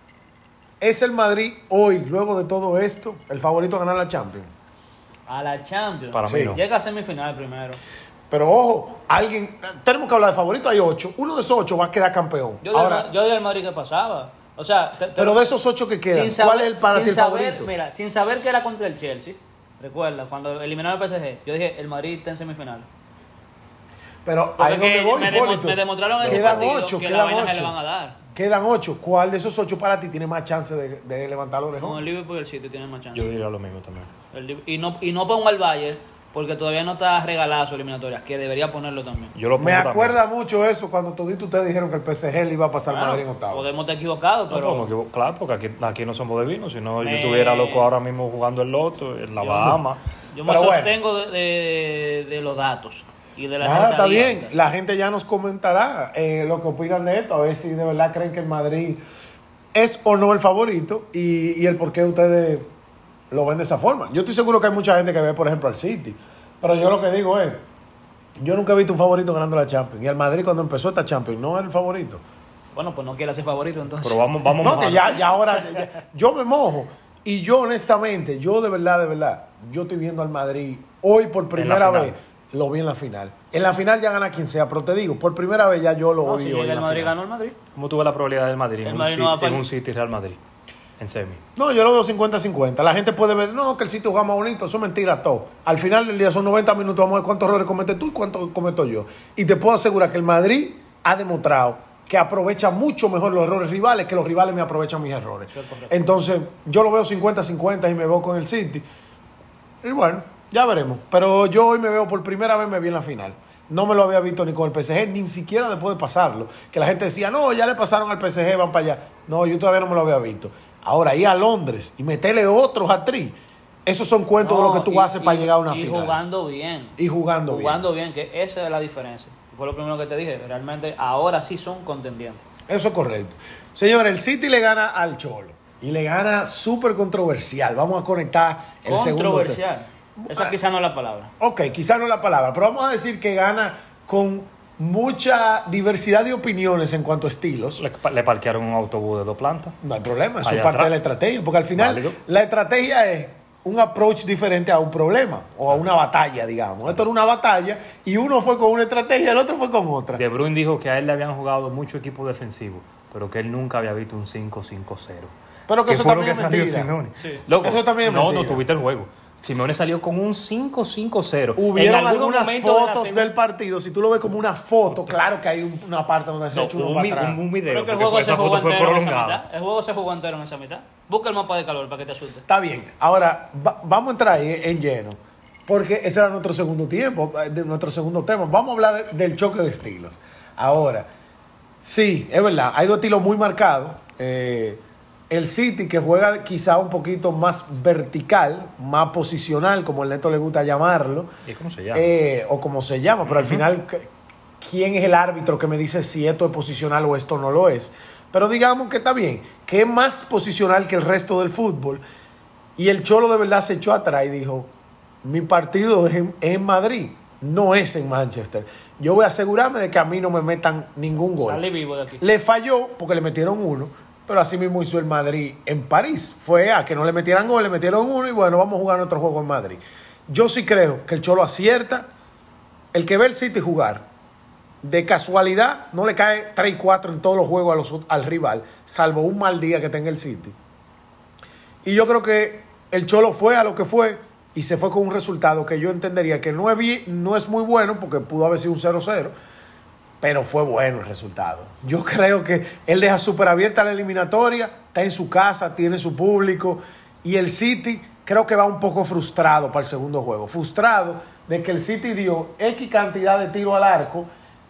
¿Es el Madrid hoy, luego de todo esto, el favorito a ganar la Champions? a la Champions. Para mí Sí. no. Llega a semifinal primero. Pero ojo, tenemos que hablar de favorito, hay 8. Uno de esos 8 va a quedar campeón. Ahora, Yo dije al Madrid que pasaba. O sea, pero de esos 8 que quedan, ¿cuál es el para ti el favorito? Mira, sin saber que era contra el Chelsea, recuerda, cuando eliminaron al PSG, yo dije, el Madrid está en semifinal. Pero ahí es donde voy, me Hipólito. demostraron en ese Quedan partido 8, que la quedan vaina se 8. le van a dar. Quedan 8. ¿Cuál de esos 8 para ti tiene más chance de levantar los No, orejones? el Liverpool y el City tienen más chance. Yo diría lo mismo también. Y no pongo al Bayern porque todavía no está regalada su eliminatoria, que debería ponerlo también. Yo lo pongo Me también. acuerda mucho eso cuando toditos ustedes dijeron que el PSG le iba a pasar Claro, Madrid en octavo. podemos estar equivocados, No, pero pues, me equivoco. Claro, porque aquí no somos divinos, si no yo estuviera loco ahora mismo jugando el loto, en la Bahama. yo me Pero bueno. sostengo de los datos y de la Nada, está estadística. bien. La gente ya nos comentará lo que opinan de esto, a ver si de verdad creen que el Madrid es o no el favorito y el por qué ustedes lo ven de esa forma. Yo estoy seguro que hay mucha gente que ve, por ejemplo, al City, pero yo lo que digo es, yo nunca he visto un favorito ganando la Champions, y el Madrid cuando empezó esta Champions no era el favorito. Bueno, pues no quiere ser favorito entonces. Pero vamos No, que mojando. ya ahora yo me mojo. Y yo honestamente, yo de verdad, yo estoy viendo al Madrid hoy por primera final. vez. Lo vi en la final. En la final ya gana quien sea, pero te digo, por primera vez ya yo lo No, vi si hoy llega en el la Madrid, final. ganó el Madrid. ¿Cómo tuve la probabilidad del Madrid, El en, Madrid no va a en fallar. un City Real Madrid? En semi. No, yo lo veo 50-50. La gente puede ver, no, que el sitio juega más bonito, eso es mentira todo. Al final del día son 90 minutos, vamos a ver cuántos errores cometes tú y cuántos cometo yo. Y te puedo asegurar que el Madrid ha demostrado que aprovecha mucho mejor los errores rivales que los rivales me aprovechan mis errores. Eso es correcto. Entonces, yo lo veo 50-50 y me veo con el City. Y bueno, ya veremos. Pero yo hoy me veo por primera vez, me vi en la final. No me lo había visto ni con el PSG, ni siquiera después de pasarlo. Que la gente decía, no, ya le pasaron al PSG, van para allá. No, yo todavía no me lo había visto. Ahora, ir a Londres y meterle otros a tri, esos son cuentos de lo que tú haces para llegar a una final. Y jugando bien. Y jugando bien. Jugando bien, que esa es la diferencia. Fue lo primero que te dije. Realmente ahora sí son contendientes. Eso es correcto. Señor, el City le gana al Cholo. Y le gana súper controversial. Vamos a conectar el segundo Controversial. Esa quizá no es la palabra. Ok, quizá no es la palabra, pero vamos a decir que gana con mucha diversidad de opiniones en cuanto a estilos. Le parquearon un autobús de 2 plantas. No hay problema, eso Allá es parte atrás. de la estrategia, porque al final Válido. la estrategia es un approach diferente a un problema o a una batalla, digamos. Esto era una batalla y uno fue con una estrategia y el otro fue con otra. De Bruyne dijo que a él le habían jugado mucho equipo defensivo, pero que él nunca había visto un 5-5-0. Pero que eso fue lo también es salió mentira. Simeone. Sí. Loco, Eso también es no mentira. tuviste el juego. Simeone salió con un 5-5-0. Hubieron En algunos algunas momentos de la fotos segunda- del partido, si tú lo ves como una foto, claro que hay una parte donde se No, ha hecho uno un, para mi- atrás. un video, Creo que el porque juego se esa jugó foto fue entero en esa prolongada. mitad. El juego se jugó entero en esa mitad. Busca el mapa de calor para que te asuste. Está bien. Ahora, vamos a entrar ahí en lleno. Porque ese era nuestro segundo tiempo, nuestro segundo tema. Vamos a hablar del choque de estilos. Ahora, sí, es verdad, hay dos estilos muy marcados. El City, que juega quizá un poquito más vertical, más posicional, como el Neto le gusta llamarlo. ¿Y cómo se llama? O como se llama, pero al final, ¿quién es el árbitro que me dice si esto es posicional o esto no lo es? Pero digamos que está bien, que es más posicional que el resto del fútbol. Y el Cholo de verdad se echó atrás y dijo, mi partido es en Madrid, no es en Manchester. Yo voy a asegurarme de que a mí no me metan ningún gol. Salí vivo de aquí. Le falló porque le metieron uno, pero así mismo hizo el Madrid en París. Fue a que no le metieran gol, le metieron uno y bueno, vamos a jugar otro juego en Madrid. Yo sí creo que el Cholo acierta. El que ve el City jugar, de casualidad, no le cae 3 y 4 en todos los juegos al rival, salvo un mal día que tenga el City. Y yo creo que el Cholo fue a lo que fue y se fue con un resultado que yo entendería que no es muy bueno, porque pudo haber sido un 0-0, pero fue bueno el resultado. Yo creo que él deja súper abierta la eliminatoria, está en su casa, tiene su público, y el City creo que va un poco frustrado para el segundo juego. Frustrado de que el City dio X cantidad de tiros al arco,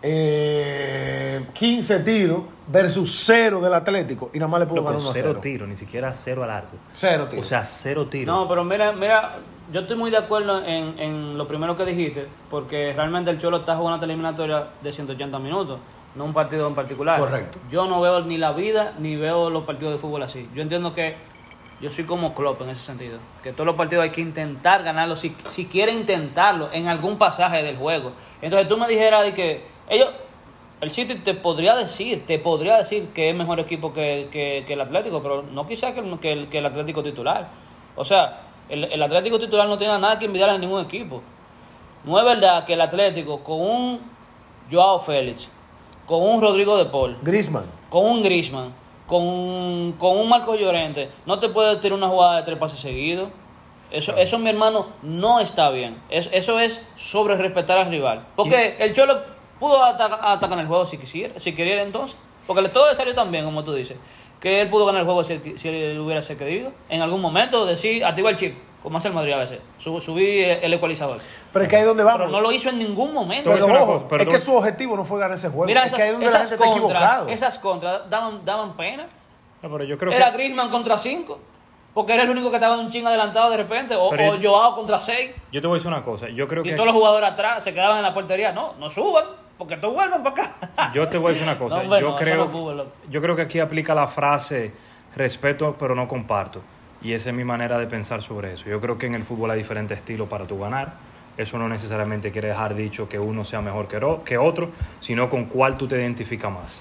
15 tiros versus 0 del Atlético, y nada más le pudo Loco, ganar 1-0. 0 tiros, ni siquiera 0 al arco. 0 tiros. O sea, 0 tiros. No, pero mira, yo estoy muy de acuerdo en lo primero que dijiste, porque realmente el Cholo está jugando esta eliminatoria de 180 minutos, no un partido en particular. Correcto. Yo no veo ni la vida, ni veo los partidos de fútbol así. Yo entiendo que yo soy como Klopp en ese sentido, que todos los partidos hay que intentar ganarlos, si quiere intentarlo en algún pasaje del juego. Entonces tú me dijeras de que el City te podría decir que es mejor equipo que el Atlético, pero no quizás que el Atlético titular. O sea, el Atlético titular no tiene nada que envidiar a ningún equipo. No es verdad que el Atlético con un Joao Félix, con un Rodrigo de Paul, Griezmann. con un Griezmann, con un Marcos Llorente, no te puede tirar una jugada de 3 pases seguidos. Eso, mi hermano, no está bien. Eso es sobre respetar al rival. Porque el Cholo pudo atacar el juego si quería entonces. Porque todo le salió tan bien, como tú dices, que él pudo ganar el juego si él hubiera querido. En algún momento decir, activa el chip, como hace el Madrid a veces, subí el ecualizador. Pero es que ahí es donde vamos. Pero no lo hizo en ningún momento. Pero ojo, es que su objetivo no fue ganar ese juego. Mira, es que ahí es donde la gente está equivocada. Esas contras daban pena. No, pero yo creo era Griezmann contra 5. Porque era el único que estaba un ching adelantado de repente. O Joao contra 6. Yo te voy a decir una cosa. Yo creo y que todos los jugadores atrás se quedaban en la portería. No suban, porque todos vuelvan para acá. Yo te voy a decir una cosa. Yo creo que aquí aplica la frase respeto, pero no comparto. Y esa es mi manera de pensar sobre eso. Yo creo que en el fútbol hay diferentes estilos para tu ganar. Eso no necesariamente quiere dejar dicho que uno sea mejor que otro, sino con cuál tú te identificas más.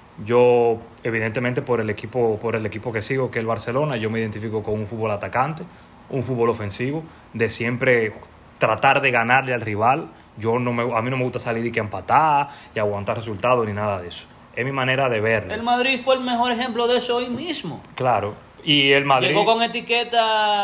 Yo, evidentemente, por el equipo que sigo, que es el Barcelona, yo me identifico con un fútbol atacante, un fútbol ofensivo, de siempre tratar de ganarle al rival. A mí no me gusta salir y que empatar y aguantar resultados ni nada de eso. Es mi manera de verlo. El Madrid fue el mejor ejemplo de eso hoy mismo. Claro. Y el Madrid llegó con etiqueta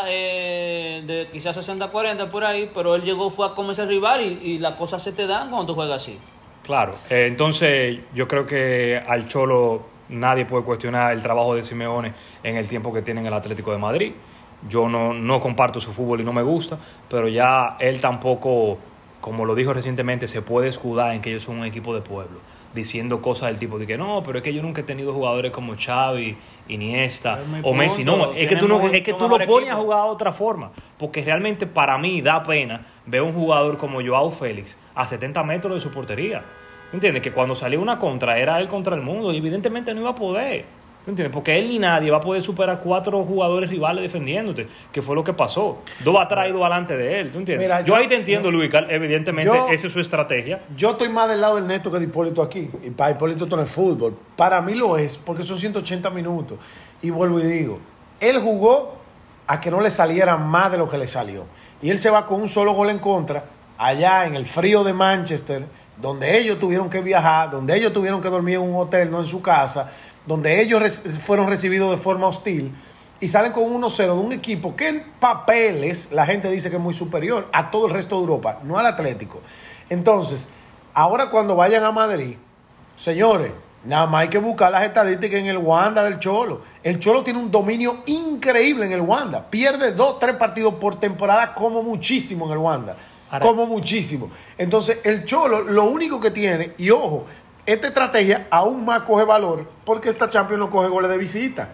de quizás 60-40 por ahí, pero él fue a comerse al rival y las cosas se te dan cuando tú juegas así. Claro, entonces yo creo que al Cholo nadie puede cuestionar el trabajo de Simeone en el tiempo que tiene en el Atlético de Madrid. Yo no comparto su fútbol y no me gusta, pero ya él tampoco, como lo dijo recientemente, se puede escudar en que ellos son un equipo de pueblo, diciendo cosas del tipo de que no, pero es que yo nunca he tenido jugadores como Xavi, Iniesta o Messi. No, es que tú lo pones a jugar de otra forma, porque realmente para mí da pena ver un jugador como Joao Félix a 70 metros de su portería. ¿Entiendes? Que cuando salió una contra era él contra el mundo y evidentemente no iba a poder. ¿Entiendes? Porque él ni nadie va a poder superar 4 jugadores rivales defendiéndote, que fue lo que pasó. 2 atrás y 2 delante de él, ¿tú entiendes? Mira, yo ahí te entiendo, Luis, evidentemente esa es su estrategia. Yo estoy más del lado del Neto que de Hipólito aquí. Y para Hipólito esto no es fútbol. Para mí lo es, porque son 180 minutos. Y vuelvo y digo, él jugó a que no le saliera más de lo que le salió. Y él se va con un solo gol en contra, allá en el frío de Manchester, donde ellos tuvieron que viajar, donde ellos tuvieron que dormir en un hotel, no en su casa, donde ellos fueron recibidos de forma hostil y salen con 1-0 de un equipo que en papeles la gente dice que es muy superior a todo el resto de Europa, no al Atlético. Entonces, ahora cuando vayan a Madrid, señores, nada más hay que buscar las estadísticas en el Wanda del Cholo. El Cholo tiene un dominio increíble en el Wanda. Pierde 2-3 partidos por temporada como muchísimo en el Wanda. Como muchísimo. Entonces, el Cholo lo único que tiene, y ojo, esta estrategia aún más coge valor porque esta Champions no coge goles de visita.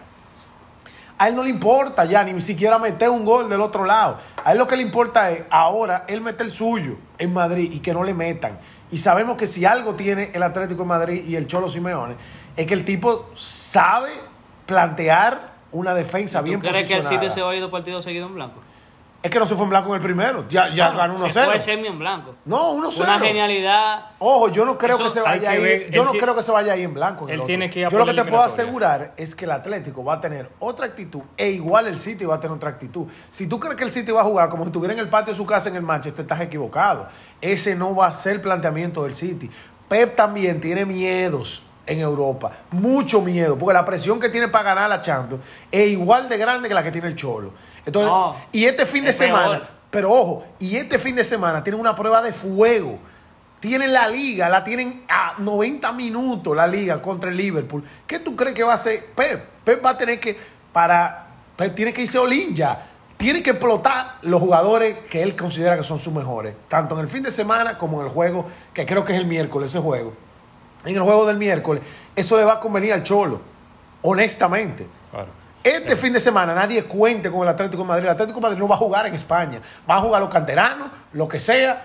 A él no le importa ya ni siquiera meter un gol del otro lado. A él lo que le importa es ahora él mete el suyo en Madrid y que no le metan. Y sabemos que si algo tiene el Atlético de Madrid y el Cholo Simeone es que el tipo sabe plantear una defensa bien posicionada. ¿Tú crees que el City se va a ir 2 partidos seguidos en blanco? Es que no se fue en blanco en el primero. Ya ganó 1-0. Se fue semi en blanco. No, 1-0. Una genialidad. Ojo, yo no creo que se vaya ahí. Yo no creo que se vaya ahí en blanco. Él tiene que ir a yo lo que te puedo asegurar es que el Atlético va a tener otra actitud e igual el City va a tener otra actitud. Si tú crees que el City va a jugar como si estuviera en el patio de su casa en el Manchester, estás equivocado. Ese no va a ser el planteamiento del City. Pep también tiene miedos en Europa, mucho miedo, porque la presión que tiene para ganar la Champions es igual de grande que la que tiene el Cholo. Entonces, y este fin de semana, pero ojo, y este fin de semana tienen una prueba de fuego. Tienen la liga, la tienen a 90 minutos la liga contra el Liverpool. ¿Qué tú crees que va a hacer Pep? Pep va a tener que, Pep tiene que irse all-in ya. Tiene que explotar los jugadores que él considera que son sus mejores, tanto en el fin de semana como en el juego, que creo que es el miércoles ese juego. En el juego del miércoles, eso le va a convenir al Cholo, honestamente. Claro. Este fin de semana nadie cuente con el Atlético de Madrid. El Atlético de Madrid no va a jugar en España. Va a jugar los canteranos, lo que sea.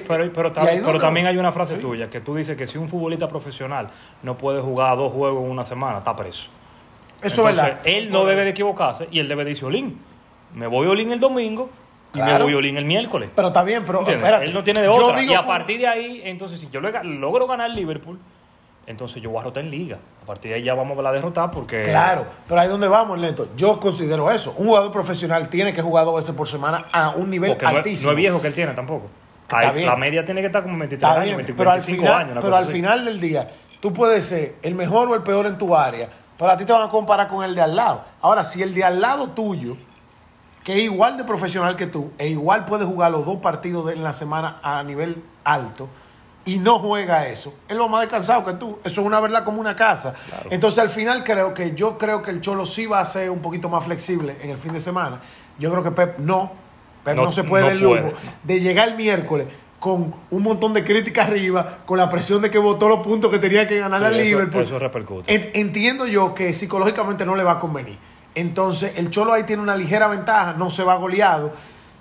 Pero también hay una frase tuya que tú dices que si un futbolista profesional no puede jugar 2 juegos en una semana, está preso. Eso es verdad. Él no debe de equivocarse y él debe de irse all-in. Me voy all-in el domingo y me voy all-in el miércoles. Pero está bien, pero espérate, él no tiene de otra. Y a partir de ahí, entonces, si yo logro ganar el Liverpool, entonces yo voy a rotar en liga. A partir de ahí ya vamos a la derrotar porque... Claro, pero ahí donde vamos, Neto. Yo considero eso. Un jugador profesional tiene que jugar 2 veces por semana a un nivel porque altísimo. No es viejo que él tiene tampoco. La media tiene que estar como 23 años, 25 años. Pero al final del día, tú puedes ser el mejor o el peor en tu área, pero a ti te van a comparar con el de al lado. Ahora, si el de al lado tuyo, que es igual de profesional que tú, e igual puede jugar los 2 partidos en la semana a nivel alto, y no juega eso, él va más descansado que tú. Eso es una verdad como una casa. Claro. Entonces, al final, yo creo que el Cholo sí va a ser un poquito más flexible en el fin de semana. Yo creo que Pep no se puede dar el lujo de llegar el miércoles con un montón de críticas arriba, con la presión de que votó los puntos que tenía que ganar al Liverpool. Eso repercute. Entiendo yo que psicológicamente no le va a convenir. Entonces, el Cholo ahí tiene una ligera ventaja, no se va goleado.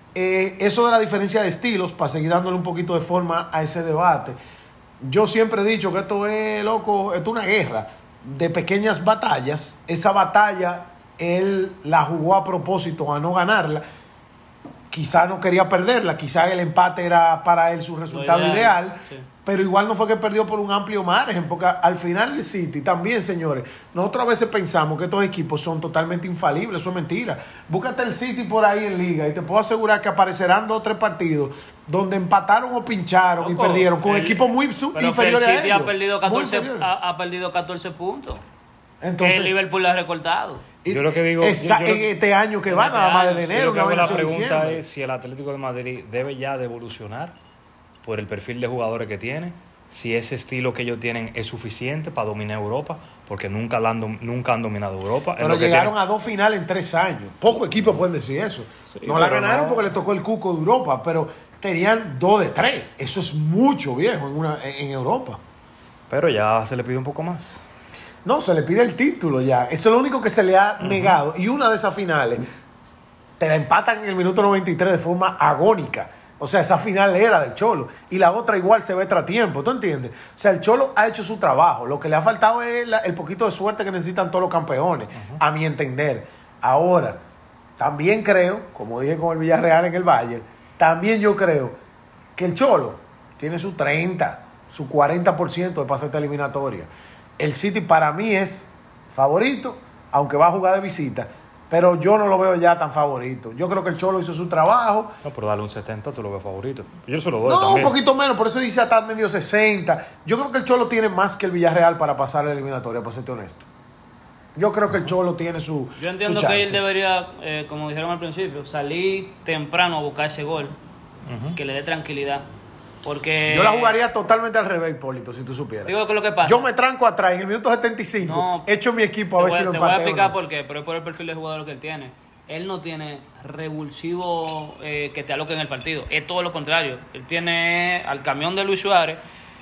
Eso de la diferencia de estilos, para seguir dándole un poquito de forma a ese debate, yo siempre he dicho que esto es, loco, esto es una guerra de pequeñas batallas. Esa batalla él la jugó a propósito a no ganarla. Quizá no quería perderla, quizá el empate era para él su resultado ideal, sí. Pero igual no fue que perdió por un amplio margen, porque al final el City también, señores, nosotros a veces pensamos que estos equipos son totalmente infalibles, eso es mentira. Búscate el City por ahí en liga y te puedo asegurar que aparecerán 2 o 3 partidos donde empataron o pincharon y perdieron con equipos muy inferiores a ellos. El City ha perdido 14 puntos. Entonces, el Liverpool le ha recortado. Yo lo que digo en este año que va, nada más de enero. Yo creo que la pregunta es si el Atlético de Madrid debe ya de evolucionar por el perfil de jugadores que tiene, si ese estilo que ellos tienen es suficiente para dominar Europa, porque nunca han dominado Europa. Pero llegaron a 2 finales en 3 años. Pocos equipos pueden decir eso. Sí, no la ganaron porque les tocó el cuco de Europa, pero tenían 2 de 3. Eso es mucho, viejo, en Europa. Pero ya se le pide un poco más. No, se le pide el título ya. Eso es lo único que se le ha negado. Y una de esas finales te la empatan en el minuto 93 de forma agónica. O sea, esa final era del Cholo. Y la otra igual se ve tras tiempo. ¿Tú entiendes? O sea, el Cholo ha hecho su trabajo. Lo que le ha faltado es el poquito de suerte que necesitan todos los campeones, a mi entender. Ahora, también creo, como dije con el Villarreal en el Bayern, también yo creo que el Cholo tiene su 30, su 40% de paseta eliminatoria. El City para mí es favorito, aunque va a jugar de visita, pero yo no lo veo ya tan favorito. Yo creo que el Cholo hizo su trabajo. No, pero darle un 70 tú lo ves favorito. Yo se lo doy también. Un poquito menos, por eso dice hasta medio 60. Yo creo que el Cholo tiene más que el Villarreal para pasar la eliminatoria, para serte honesto. Yo creo que el Cholo tiene su Yo entiendo que él debería, como dijeron al principio, salir temprano a buscar ese gol, que le dé tranquilidad. Porque yo la jugaría totalmente al revés, Hipólito, si tú supieras. Digo que lo que pasa. Yo me tranco atrás en el minuto 75. Echo mi equipo a ver si lo empateo. Te voy a explicar por qué, pero es por el perfil de jugador que él tiene. Él no tiene revulsivo que te aloque en el partido. Es todo lo contrario. Él tiene al camión de Luis Suárez,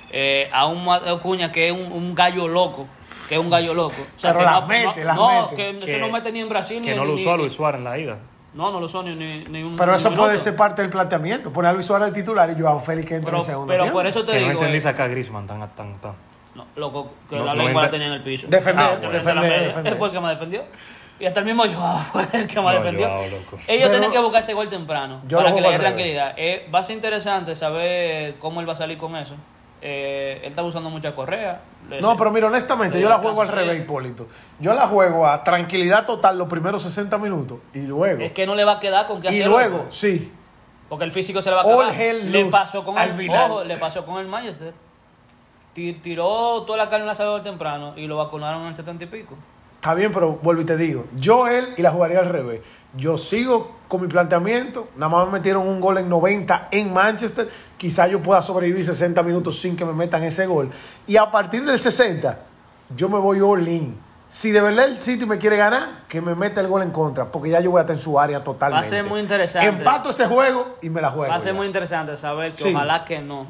a un Mateo Cuña que es un gallo loco. Que es un gallo loco. O sea, pero que las mete. Que no mete ni en Brasil que no lo usó a Luis Suárez en la ida. No lo son ni un. Pero eso puede ser parte del planteamiento. Poner a Luis Suárez de titular y Joao Félix que entra en el segundo tiempo. Pero por eso te que digo. No entendí sacar a Griezmann tan. No, loco, que la lengua la tenía en el piso. Defender. Él fue el que me defendió. Y hasta el mismo Joao fue el que me defendió. Ellos tienen que buscar ese gol temprano para que le dé tranquilidad. Va a ser interesante saber cómo él va a salir con eso. Él está usando mucha correa. No, pero mira, honestamente, yo la juego al revés, Hipólito. Yo la juego a tranquilidad total los primeros 60 minutos y luego. Es que no le va a quedar con qué hacer. Y luego, sí. Porque el físico se le va a acabar. Le pasó con le pasó con el Manchester. Tiró toda la carne en el asador temprano y lo vacunaron en el 70 y pico. Está bien, pero vuelvo y te digo, yo y la jugaría al revés. Yo sigo con mi planteamiento, nada más me metieron un gol en 90 en Manchester, quizá yo pueda sobrevivir 60 minutos sin que me metan ese gol. Y a partir del 60, yo me voy all in. Si de verdad el City me quiere ganar, que me meta el gol en contra, porque ya yo voy a estar en su área totalmente. Va a ser muy interesante. Empato ese juego y me la juego. Va a ser muy interesante saber que ojalá que no,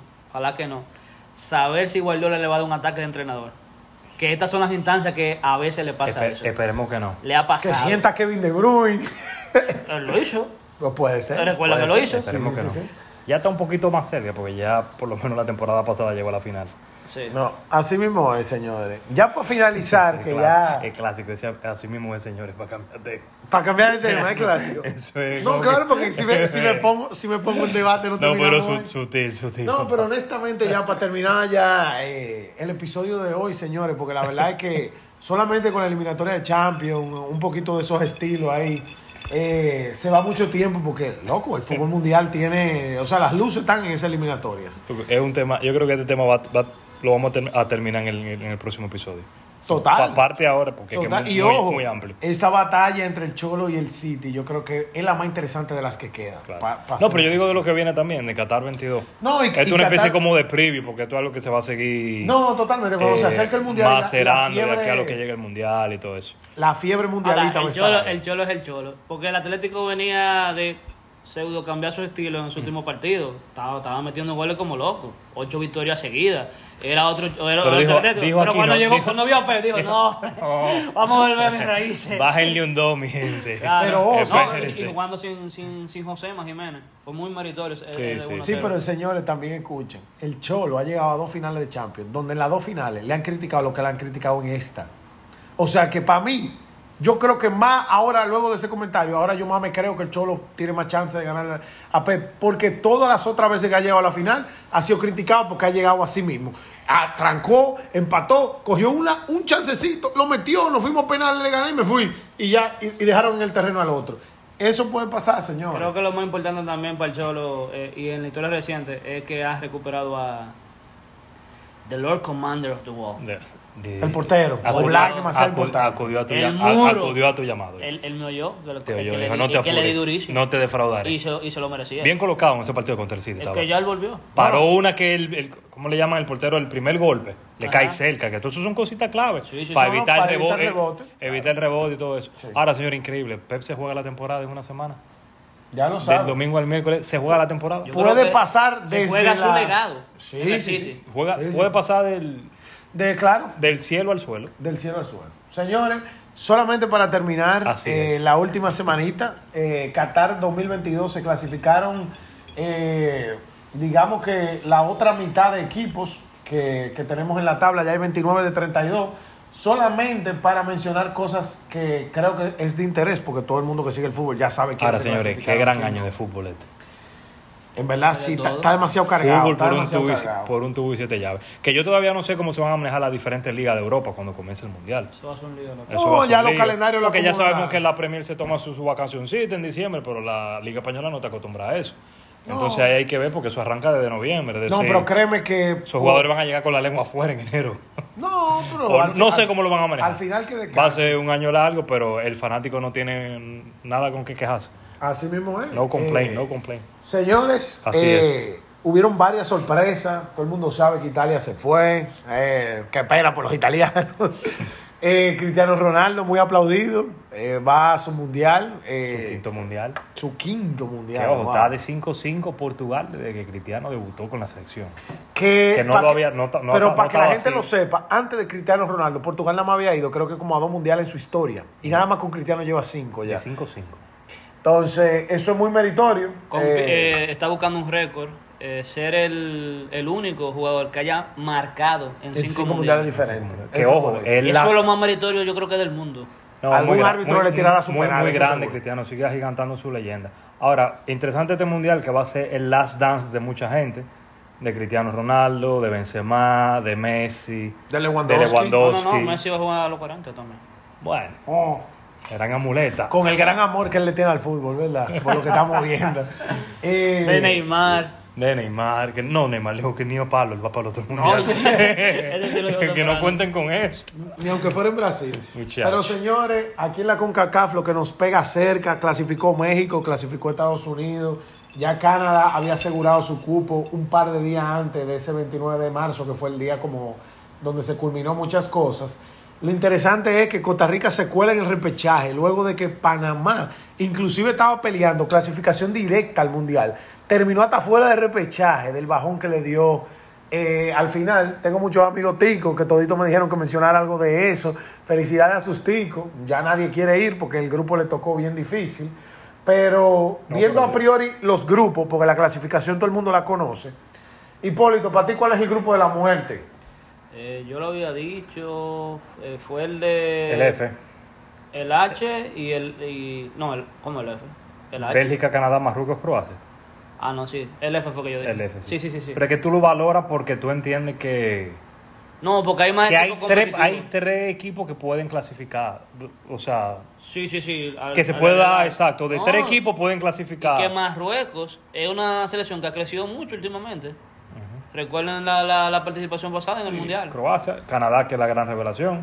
saber si Guardiola le va a dar un ataque de entrenador. Que estas son las instancias que a veces le pasa eso. Esperemos que no. Le ha pasado. Que sienta Kevin De Bruyne. Él lo hizo. Pues puede ser. Recuerda que lo hizo. Esperemos que no. Ya está un poquito más cerca, porque ya por lo menos la temporada pasada llegó a la final. Sí. No, así mismo es, señores. Ya para finalizar, que ya... Es clásico, así mismo es, señores, para cambiar de... Para cambiar de tema, es clásico. Eso es no, claro, porque si me pongo en debate no terminamos. No, pero sutil. No, pero honestamente ya para terminar ya el episodio de hoy, señores, porque la verdad es que solamente con la eliminatoria de Champions, un poquito de esos estilos ahí, se va mucho tiempo porque, loco, el fútbol mundial tiene... O sea, las luces están en esas eliminatorias. Es un tema, yo creo que este tema lo vamos a terminar en el próximo episodio. Total. Parte ahora, porque Total. es Y muy, ojo, muy amplio. esa batalla entre el Cholo y el City, yo creo que es la más interesante de las que queda. Claro. No, pero yo digo de lo que viene también, de Qatar 22. No, Esto es una especie como de preview, porque esto es algo que se va a seguir. No, totalmente. Cuando se acerca el mundial. Macerando de aquí a lo que llegue el mundial y todo eso. La fiebre mundialita va a estar ahí. El Cholo es el Cholo. Porque el Atlético venía de pseudo cambiar su estilo en su último partido. Estaba metiendo goles como loco. 8 victorias seguidas. Era otro. Pero dijo pero aquí cuando no, llegó, dijo- cuando vio a Pep, dijo: no, vamos a volver a mis raíces. Bájenle un 2, mi gente. Claro. Pero, No, espérense. y jugando sin José Jiménez. Fue muy meritorio. Sí, el sí. 1-0. Sí, pero señores, también escuchen. El Cholo ha llegado a 2 finales de Champions, donde en las 2 finales le han criticado lo que le han criticado en esta. O sea que para mí, yo creo que más ahora, luego de ese comentario, ahora yo más me creo que el Cholo tiene más chance de ganar a Pep, porque todas las otras veces que ha llegado a la final ha sido criticado porque ha llegado a sí mismo. Trancó, empató, cogió un chancecito, lo metió, nos fuimos penales, le gané y me fui. Y ya, y dejaron en el terreno al otro. Eso puede pasar, señor. Creo que lo más importante también para el Cholo y en la historia reciente es que ha recuperado a The Lord Commander of the Wall. El portero, Oblak, demasiado importante. Acudió a tu, El llam- muro. acudió a tu llamado. Él me oyó, Te oyó, que, dijo, le, no te que le di apures, durísimo. no te defraudaré. Y se lo merecía. Bien colocado en ese partido contra el City. Es estaba. que ya él volvió. Paró una que ¿cómo le llaman el portero? El primer golpe. Le Ajá. cae cerca, que todo eso son cositas claves. Sí, sí, para sí. evitar Para el evitar rebote. rebote. Evitar el rebote y todo eso. Sí. Ahora, señor, increíble. Pep se juega la temporada en una semana. Ya lo Del sabe. domingo al miércoles se juega la temporada. Yo Puede creo que pasar se desde juega su la- legado. Sí, en el sí, City. sí. Puede pasar Claro, del cielo al suelo. del cielo al suelo. Señores, solamente para terminar Así es. la última semanita, Qatar 2022 se clasificaron, digamos que la otra mitad de equipos que tenemos en la tabla, ya hay 29 de 32, solamente para mencionar cosas que creo que es de interés, porque todo el mundo que sigue el fútbol ya sabe que Ahora, señores, qué gran año de fútbol este. En verdad, sí, está demasiado cargado. Fútbol Está por demasiado cargado. por un tubo y 7 llaves. Que yo todavía no sé cómo se van a manejar las diferentes ligas de Europa cuando comience el Mundial. Eso va a ser un lío, ¿no? Eso va a ser ya un los lío. calendarios lo Porque ya acomodan. sabemos que la Premier se toma su vacacioncita en diciembre, pero la Liga Española no está acostumbrada a eso. Entonces No. ahí hay que ver porque eso arranca desde noviembre. No, pero créeme que... Esos jugadores van a llegar con la lengua afuera en enero. No, pero... O no sé cómo lo van a manejar. Al final que Va a descanse. ser un año largo, pero el fanático no tiene nada con qué quejarse. Así mismo es. No complain, no complain. Señores, Así es. hubieron varias sorpresas. Todo el mundo sabe que Italia se fue. Qué pena por los italianos. Cristiano Ronaldo, muy aplaudido. Va a su mundial. Su quinto mundial. Su quinto mundial. Que ojo, wow. está de 5-5 Portugal desde que Cristiano debutó con la selección. Que no pa' lo que- había- no pero para que la estaba gente así. lo sepa, antes de Cristiano Ronaldo, Portugal nada más había ido, creo que como a 2 mundiales en su historia. Y nada más con Cristiano lleva 5 De ya. 5-5. Entonces, eso es muy meritorio. Está buscando un récord. Ser el único jugador que haya marcado en en 5 5 mundiales diferentes. Que Eso es ojo, correcto. él Y eso es lo más meritorio, yo creo que del mundo. No, Algún muy gra- árbitro muy- le tirará su muy, penal, muy eso grande, seguro. Cristiano sigue agigantando su leyenda. Ahora, interesante este mundial que va a ser el last dance de mucha gente. De Cristiano Ronaldo, de Benzema, de Messi, De Lewandowski. No, Messi va a jugar a los 40 también. Bueno, Oh, eran amuletas. con el gran amor que él le tiene al fútbol, ¿verdad? Por lo que estamos viendo. De Neymar. De Neymar, que no, Neymar dijo que ni a Pablo, él va para el otro No, mundial. ese sí lo dijo que no temprano. cuenten con eso. Ni aunque fuera en Brasil. Muchacho. Pero señores, aquí en la CONCACAF lo que nos pega cerca, clasificó México, clasificó Estados Unidos. Ya Canadá había asegurado su cupo un par de días antes de ese 29 de marzo, que fue el día como donde se culminó muchas cosas. Lo interesante es que Costa Rica se cuela en el repechaje luego de que Panamá inclusive estaba peleando clasificación directa al Mundial. Terminó hasta fuera de repechaje del bajón que le dio. Al final, tengo muchos amigos ticos que toditos me dijeron que mencionara algo de eso. Felicidades a sus ticos. Ya nadie quiere ir porque el grupo le tocó bien difícil. Pero viendo a priori los grupos, porque la clasificación todo el mundo la conoce. Hipólito, para ti, ¿cuál es el grupo de la muerte? Yo lo había dicho. Fue el de. El F. El H y el. ¿Cómo el F? El H. Bélgica, Canadá, Marruecos, Croacia. Ah, no, sí. El F fue que yo dije. El F, sí. Sí. Pero es que tú lo valoras porque tú entiendes que No, porque hay más hay equipos tres, competitivos. hay 3 equipos que pueden clasificar. O sea, Sí. que se puede dar, exacto, de No, 3 equipos pueden clasificar. Que Marruecos es una selección que ha crecido mucho últimamente. Recuerden la participación pasada en el Mundial. Croacia, Canadá, que es la gran revelación.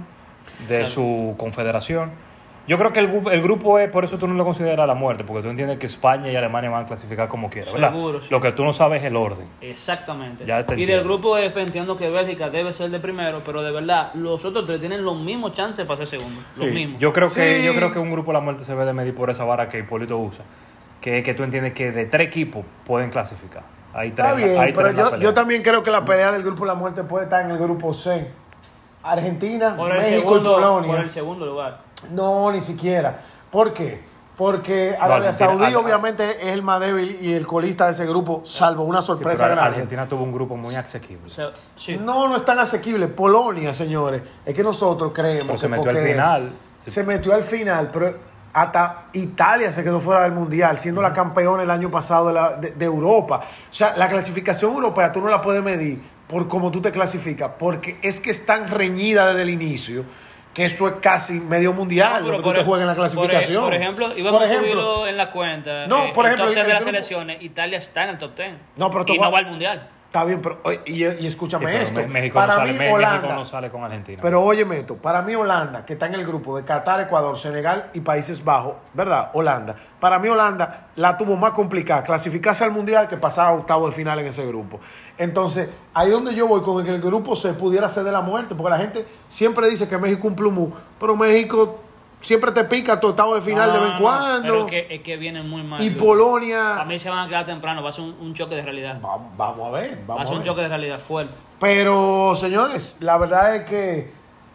de su confederación. Yo creo que el grupo es, por eso tú no lo consideras la muerte, porque tú entiendes que España y Alemania van a clasificar como quieran, ¿verdad? Seguro, sí. Lo que tú no sabes es el orden. Exactamente. Ya te y entiendo. del grupo F entiendo que Bélgica debe ser de primero, pero de verdad, los otros tres tienen los mismos chances para ser segundo. Los Sí, mismos. yo creo Sí. que un grupo de la muerte se ve de medir por esa vara que Hipólito usa, que es que tú entiendes que de 3 equipos pueden clasificar. Hay tres, Está bien, hay pero tres en la pelea. yo también creo que la pelea del grupo de la muerte puede estar en el grupo C. Argentina, por el México segundo, y Polonia. por el segundo lugar. No, ni siquiera. ¿Por qué? Porque No, Arabia Argentina- Saudí obviamente es el más débil y el colista de ese grupo, salvo una Sí, sorpresa pero grande. Argentina tuvo un grupo muy asequible. Sí. No es tan asequible. Polonia, señores, es que nosotros creemos Pero que se metió al porque final. Se metió al final, pero hasta Italia se quedó fuera del Mundial, siendo la campeona el año pasado de Europa. O sea, la clasificación europea tú no la puedes medir por cómo tú te clasificas, porque es que es tan reñida desde el inicio que eso es casi medio mundial, No, pero lo que tú te juegas en la clasificación. Por ejemplo, íbamos a subirlo en la cuenta. No, por ejemplo, el top 10 de el las grupo- selecciones, Italia está en el top 10. No, pero tú y vas- no va al mundial. Está bien, pero y escúchame Sí, pero esto. México, Para no sale, mí, México Holanda, no sale con Argentina. pero óyeme esto, para mí Holanda, que está en el grupo de Qatar, Ecuador, Senegal y Países Bajos, ¿verdad? Holanda. Para mí Holanda la tuvo más complicada, clasificarse al Mundial que pasar a octavo de final en ese grupo. Entonces, ahí donde yo voy con que el grupo se pudiera ser de la muerte, porque la gente siempre dice que México un plumú, pero México siempre te pica tu octavo de final de vez en cuando. Pero es que vienen muy mal. Y Polonia... A mí se van a quedar temprano, va a ser un choque de realidad. Vamos a ver, Va a vamos ser a un ver. choque de realidad fuerte. Pero, señores, la verdad es que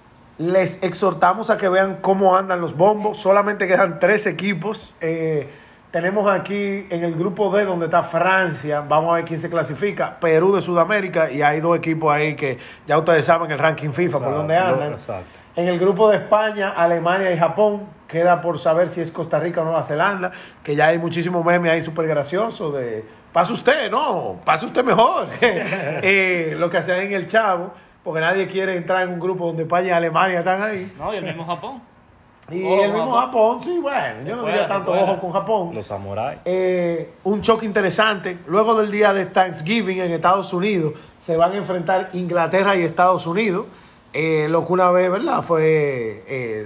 les exhortamos a que vean cómo andan los bombos. Solamente quedan 3 equipos. Tenemos aquí en el grupo D, donde está Francia. Vamos a ver quién se clasifica. Perú de Sudamérica. Y hay 2 equipos ahí que ya ustedes saben el ranking FIFA por donde andan. Exacto. En el grupo de España, Alemania y Japón. Queda por saber si es Costa Rica o Nueva Zelanda. Que ya hay muchísimos memes ahí súper graciosos de... Pase usted, no, pase usted mejor. Lo que hacían en el Chavo, porque nadie quiere entrar en un grupo donde España y Alemania están ahí. No, y el mismo Japón. Y Ojo, el mismo Japón, sí, bueno, yo no puede, diría se tanto puede. ojo con Japón. Los samuráis. Un choque interesante. Luego del día de Thanksgiving en Estados Unidos, se van a enfrentar Inglaterra y Estados Unidos. Lo que una vez, ¿verdad? Fue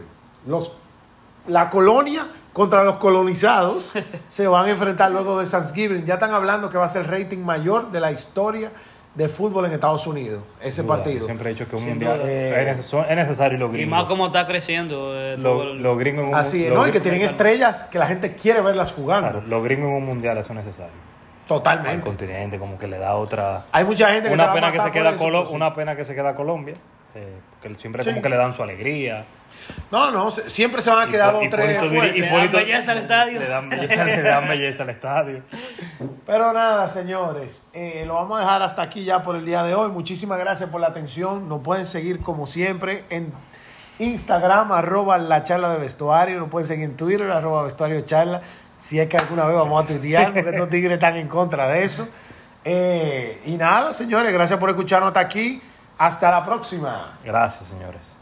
la colonia contra los colonizados. Se van a enfrentar luego de Thanksgiving. Ya están hablando que va a ser el rating mayor de la historia de fútbol en Estados Unidos, ese partido. Siempre he dicho que un Sin mundial duda. es necesario los Y gringos. más como está creciendo. Los gringos en un Así es, los ¿no? Y que gringos- tienen estrellas que la gente quiere verlas jugando. Claro, los gringos en un mundial eso es necesario. Al Totalmente. continente, como que le da otra. Hay mucha gente que Una te va a pena que matar se por queda eso, pero sí. una pena que se queda Colombia, porque siempre Sí. como que le dan su alegría. No, siempre se van a quedar 2 o 3 fuertes. Le dan belleza al estadio. Le dan belleza al estadio. Pero nada, señores, lo vamos a dejar hasta aquí ya por el día de hoy. Muchísimas gracias por la atención. Nos pueden seguir como siempre en Instagram, @la charla de vestuario. Nos pueden seguir en Twitter, @vestuario charla. Si es que alguna vez vamos a tuitear, porque estos tigres están en contra de eso. Y nada, señores, gracias por escucharnos hasta aquí. Hasta la próxima. Gracias, señores.